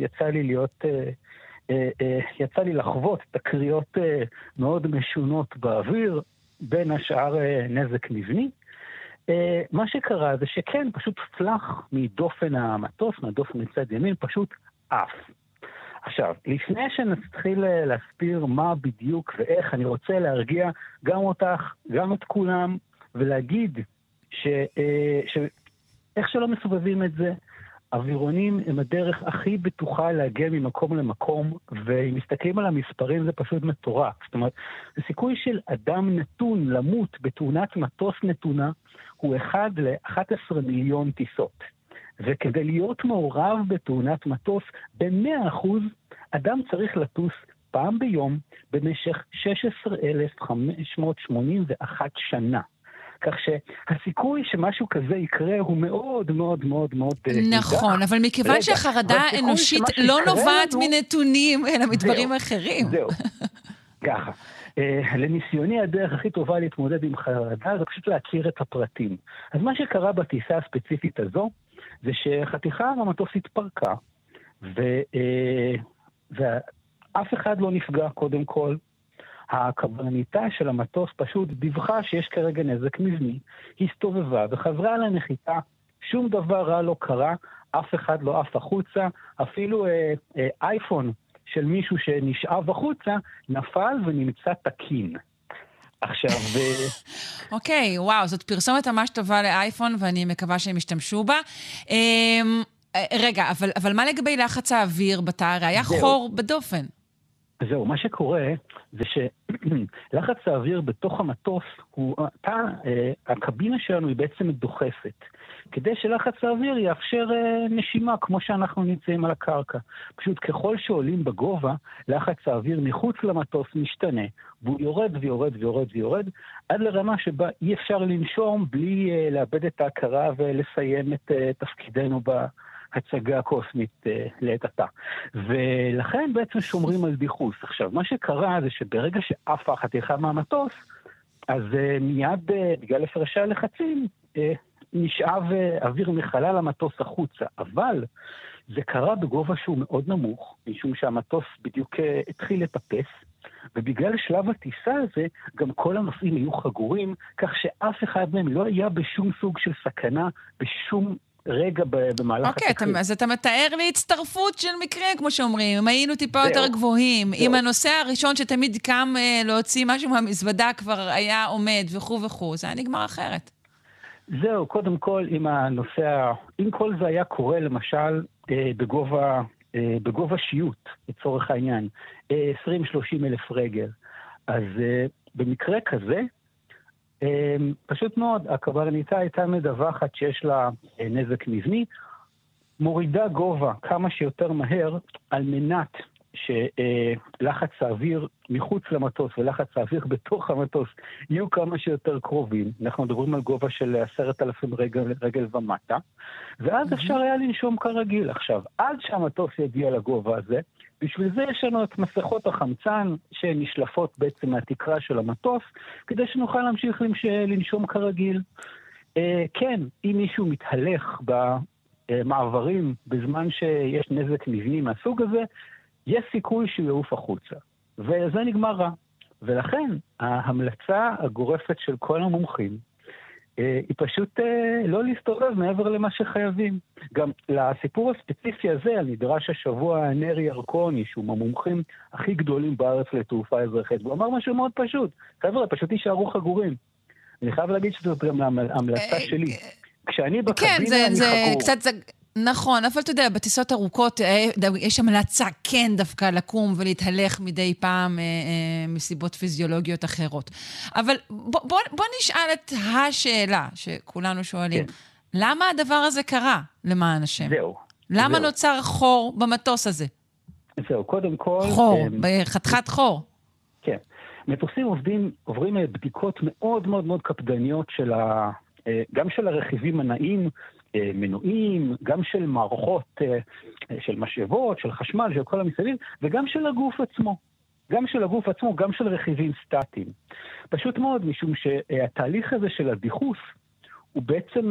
יצא לי לחוות תקריות מאוד משונות באוויר, בין השאר נזק מבני. מה שקרה זה שכן, פשוט פלח מדופן המטוס, מהדופן מצד ימין, פשוט עף. עכשיו, לפני שנתחיל להסביר מה בדיוק ואיך, אני רוצה להרגיע גם אותך, גם את כולם, ולהגיד איך שלא מסובבים את זה, אווירונים הם הדרך הכי בטוחה להגיע ממקום למקום, ואם מסתכלים על המספרים זה פשוט מטורף. זאת אומרת, הסיכוי של אדם נתון למות בתאונת מטוס נתונה, הוא 1 ל-11 מיליון טיסות. וכדי להיות מעורב בתאונת מטוס, ב-100% אדם צריך לטוס פעם ביום במשך 16,581 שנה. כך שהסיכוי שמשהו כזה יקרה הוא מאוד מאוד מאוד מאוד נכון, אבל מכיוון שהחרדה האנושית לא נובעת מנתונים, אלא מדברים אחרים. זהו, ככה. לניסיוני הדרך הכי טובה להתמודד עם חרדה זה פשוט להכיר את הפרטים. אז מה שקרה בטיסה הספציפית הזו, זה שחתיכה מהמטוס התפרקה, ואף אחד לא נפגע קודם כל. הקברניטה של המטוס פשוט דיווחה שיש כרגע נזק מבני, הסתובבה וחזרה לנחיתה, שום דבר רע לא קרה, אף אחד לא עף החוצה, אפילו אייפון של מישהו שנשאב החוצה נפל ונמצא תקין. עכשיו... אוקיי, וואו, זאת פרסומת ממש טובה לאייפון, ואני מקווה שהם ישתמשו בה. רגע, אבל מה לגבי לחץ האוויר בתא? היה חור בדופן. זהו, מה שקורה זה שלחץ האוויר בתוך המטוס, הקבינה שלנו היא בעצם דוחפת. כדי שלחץ האוויר יאפשר נשימה כמו שאנחנו נמצאים על הקרקע. פשוט ככל שעולים בגובה, לחץ האוויר מחוץ למטוס משתנה, והוא יורד ויורד ויורד ויורד, עד לרמה שבה אי אפשר לנשום בלי לאבד את ההכרה ולסיים את תפקידנו בהצגה הקוסמית לעת עתה. ולכן בעצם שומרים על דיחוס. עכשיו, מה שקרה זה שברגע שעפה החתיכה מהמטוס, אז מיד בגלל הפרשי הלחצים, נשאב אוויר מחלל המטוס החוצה, אבל זה קרה בגובה שהוא מאוד נמוך, משום שהמטוס בדיוק התחיל לטפס, ובגלל שלב הטיסה הזה, גם כל הנוסעים היו חגורים, כך שאף אחד מהם לא היה בשום סוג של סכנה, בשום רגע במהלך אוקיי, אז אתה מתאר לי הצטרפות של מקרה, כמו שאומרים, אם היינו טיפה יותר גבוהים, אם הנושא הראשון שתמיד קם להוציא משהו מהמזוודה כבר היה עומד וכו' וכו', זה היה נגמר אחרת. זהו, קודם כל, אם כל זה היה קורה, למשל, בגובה שיוט, לצורך העניין, 20-30 אלף רגל, אז במקרה כזה, פשוט מאוד, הקברניטה הייתה מדווחת שיש לה נזק מבני, מורידה גובה כמה שיותר מהר, על מנת שלחץ האוויר מחוץ למטוס ולחץ האוויר בתוך המטוס יהיו כמה שיותר קרובים. אנחנו מדברים על גובה של 10,000 רגל ומטה, ואז אפשר היה לנשום כרגיל. עכשיו, עד שהמטוס יגיע לגובה הזה, בשביל זה יש לנו את מסכות החמצן שנשלפות בעצם מהתקרה של המטוס, כדי שנוכל להמשיך לנשום כרגיל. כן, אם מישהו מתהלך במעברים בזמן שיש נזק מבני מהסוג הזה, יש סיכוי שהוא יעוף החוצה. וזה נגמר רע. ולכן ההמלצה הגורפת של כל המומחים היא פשוט לא להסתובב מעבר למה שחייבים. גם לסיפור הספציפי הזה, נדרש השבוע נרי ירקוני, שהוא מהמומחים הכי גדולים בארץ לתעופה אזרחית, והוא אמר משהו מאוד פשוט. חבר'ה, פשוט יישארו חגורים. אני חייב להגיד שזאת גם ההמלצה שלי. כשאני בקבינה אני חגור. קצת נכון, אבל אתה יודע, בטיסות ארוכות יש המלצה כן דווקא לקום ולהתהלך מדי פעם מסיבות פיזיולוגיות אחרות. אבל בוא נשאל את השאלה שכולנו שואלים. כן. למה הדבר הזה קרה, למען השם? זהו. למה נוצר חור במטוס הזה? זהו, קודם כל... חור, בחתיכת חור. כן. מטוסים עוברים בדיקות מאוד מאוד מאוד קפדניות גם של הרכיבים הנעים, מנועים, גם של מערכות, של משאבות, של חשמל, של כל המסביב, וגם של הגוף עצמו. גם של הגוף עצמו, גם של רכיבים סטטיים. פשוט מאוד, משום שהתהליך הזה של הדיחוס, הוא בעצם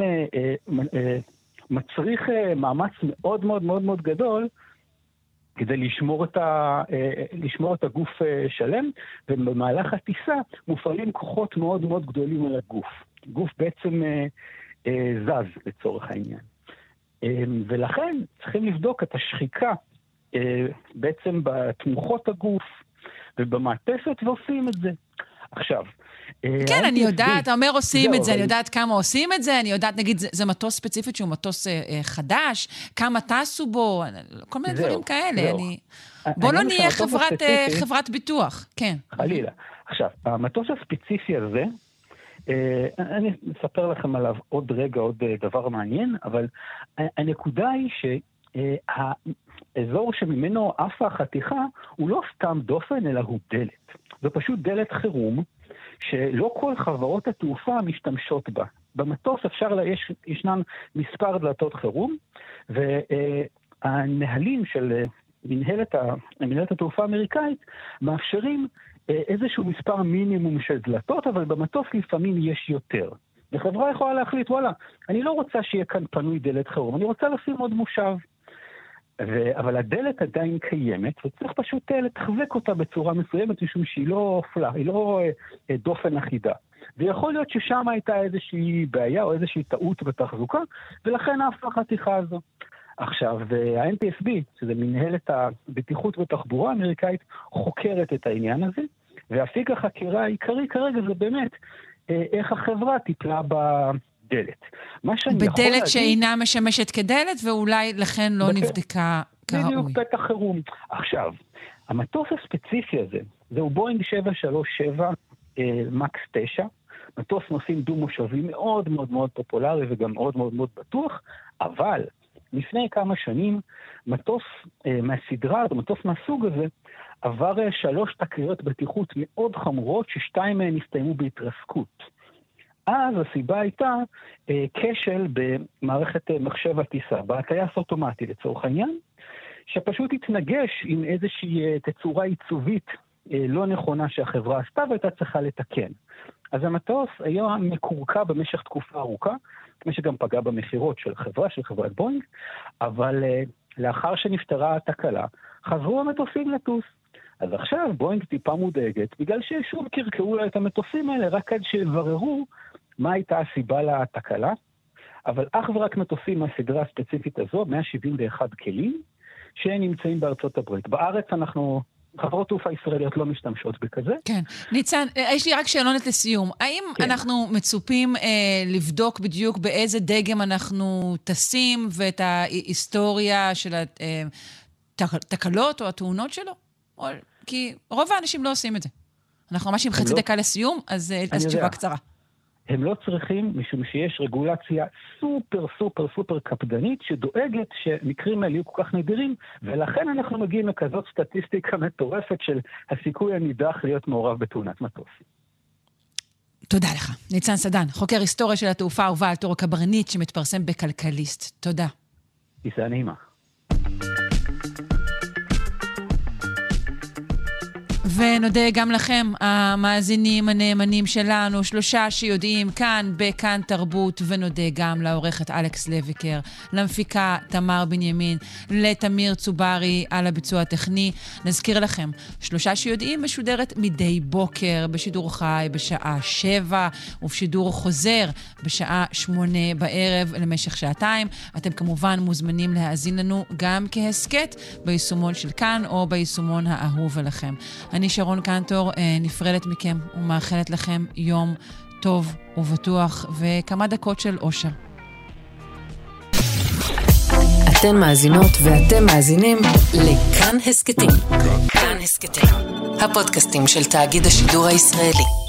מצריך מאמץ מאוד מאוד מאוד מאוד גדול, כדי לשמור את הגוף שלם, ובמהלך הטיסה מופעלים כוחות מאוד מאוד גדולים על הגוף. גוף בעצם זז לצורך העניין. ולכן צריכים לבדוק את השחיקה בעצם בתמוחות הגוף ובמעטפת, ועושים את זה. עכשיו, כן, אני יודעת, אתה אומר עושים את זה, אני יודעת כמה עושים את זה, אני יודעת, נגיד, זה מטוס ספציפית שהוא מטוס חדש, כמה טסו בו, כל מיני דברים כאלה. בוא לא נהיה חברת ביטוח, כן. חלילה. עכשיו, המטוס הספציפי הזה, אני אספר לכם עליו עוד רגע, עוד דבר מעניין, אבל הנקודה היא שהאזור שממנו עפה החתיכה הוא לא סתם דופן, אלא הוא דלת. זה פשוט דלת חירום, שלא כל חברות התעופה משתמשות בה. במטוס ישנן מספר דלתות חירום, והנהלים של מנהלת התעופה האמריקאית מאפשרים איזשהו מספר מינימום של דלתות, אבל במטוס לפעמים יש יותר. וחברה יכולה להחליט, וואלה, אני לא רוצה שיהיה כאן פנוי דלת חירום, אני רוצה לשים עוד מושב. אבל הדלת עדיין קיימת, וצריך פשוט לתחזק אותה בצורה מסוימת, משום שהיא לא פלאה, היא לא דופן אחידה. ויכול להיות ששם הייתה איזושהי בעיה או איזושהי טעות בתחזוקה, ולכן אף החתיכה הזו. עכשיו, ה-NTSB, שזה מנהלת הבטיחות בתחבורה האמריקאית, חוקרת את העניין הזה, והפיק החקירה העיקרי כרגע זה באמת איך החברה טיפלה בדלת. בדלת שאינה משמשת כדלת, ואולי לכן לא נבדקה כראוי. בדיוק פתח חירום. עכשיו, המטוס הספציפי הזה, זהו בואינג 737 מקס 9, מטוס נוסעים דו-מושבי מאוד מאוד מאוד פופולרי וגם מאוד מאוד מאוד בטוח, אבל לפני כמה שנים מטוס מהסדרה, מטוס מהסוג הזה, עבר 3 תקריות בטיחות מאוד חמורות, ש2 מהן הסתיימו בהתרסקות. אז הסיבה הייתה כשל במערכת מחשב הטיסה, בטייס אוטומטי לצורך העניין, שפשוט התנגש עם איזושהי תצורה עיצובית לא נכונה שהחברה עשתה והייתה צריכה לתקן. אז המטוס היה מקורקע במשך תקופה ארוכה, כמו שגם פגע במחירות של החברה, של חברת בוינג, אבל לאחר שנפטרה התקלה, חזרו המטוסים לטוס. אז עכשיו בוינג טיפה מודאגת, בגלל ששוב קרקעו לה את המטוסים האלה, רק עד שיבררו מה הייתה הסיבה לתקלה, אבל אך ורק מטוסים מהסדרה הספציפית הזו, 171 כלים, שנמצאים בארצות הברית. בארץ חברות תעופה ישראליות לא משתמשות בכזה. כן. ניצן, יש לי רק שאלונת לסיום. האם אנחנו מצופים לבדוק בדיוק באיזה דגם אנחנו טסים, ואת ההיסטוריה של התקלות או התאונות שלו? כי רוב האנשים לא עושים את זה. אנחנו ממש עם חצי דקה לסיום, אז תשובה קצרה. הם לא צריכים, משום שיש רגולציה סופר סופר סופר קפדנית, שדואגת שמקרים האלה יהיו כל כך נדירים, ולכן אנחנו מגיעים לכזאת סטטיסטיקה מטורפת של הסיכוי הנידח להיות מעורב בתאונת מטוס. תודה לך. ניצן סדן, חוקר היסטוריה של התעופה ובעל תואר קברניט שמתפרסם בכלכליסט. תודה. טיסה נעימה. ונודה גם לכם, המאזינים הנאמנים שלנו, 3 שיודעים כאן בכאן תרבות, ונודה גם לעורכת אלכס לויקר, למפיקה תמר בנימין, לתמיר צוברי על הביצוע הטכני. נזכיר לכם, 3 שיודעים משודרת מדי בוקר, בשידור חי בשעה 7, ובשידור חוזר בשעה 8 בערב למשך 2 שעות. אתם כמובן מוזמנים להאזין לנו גם כהסקט ביישומון של כאן או ביישומון האהוב עליכם. אני שרון קנטור, נפרדת מכם ומאחלת לכם יום טוב ובטוח וכמה דקות של אושר. אתן מאזינות ואתם מאזינים לכאן הסקטים. כאן הסקטים, הפודקאסטים של תאגיד השידור הישראלי.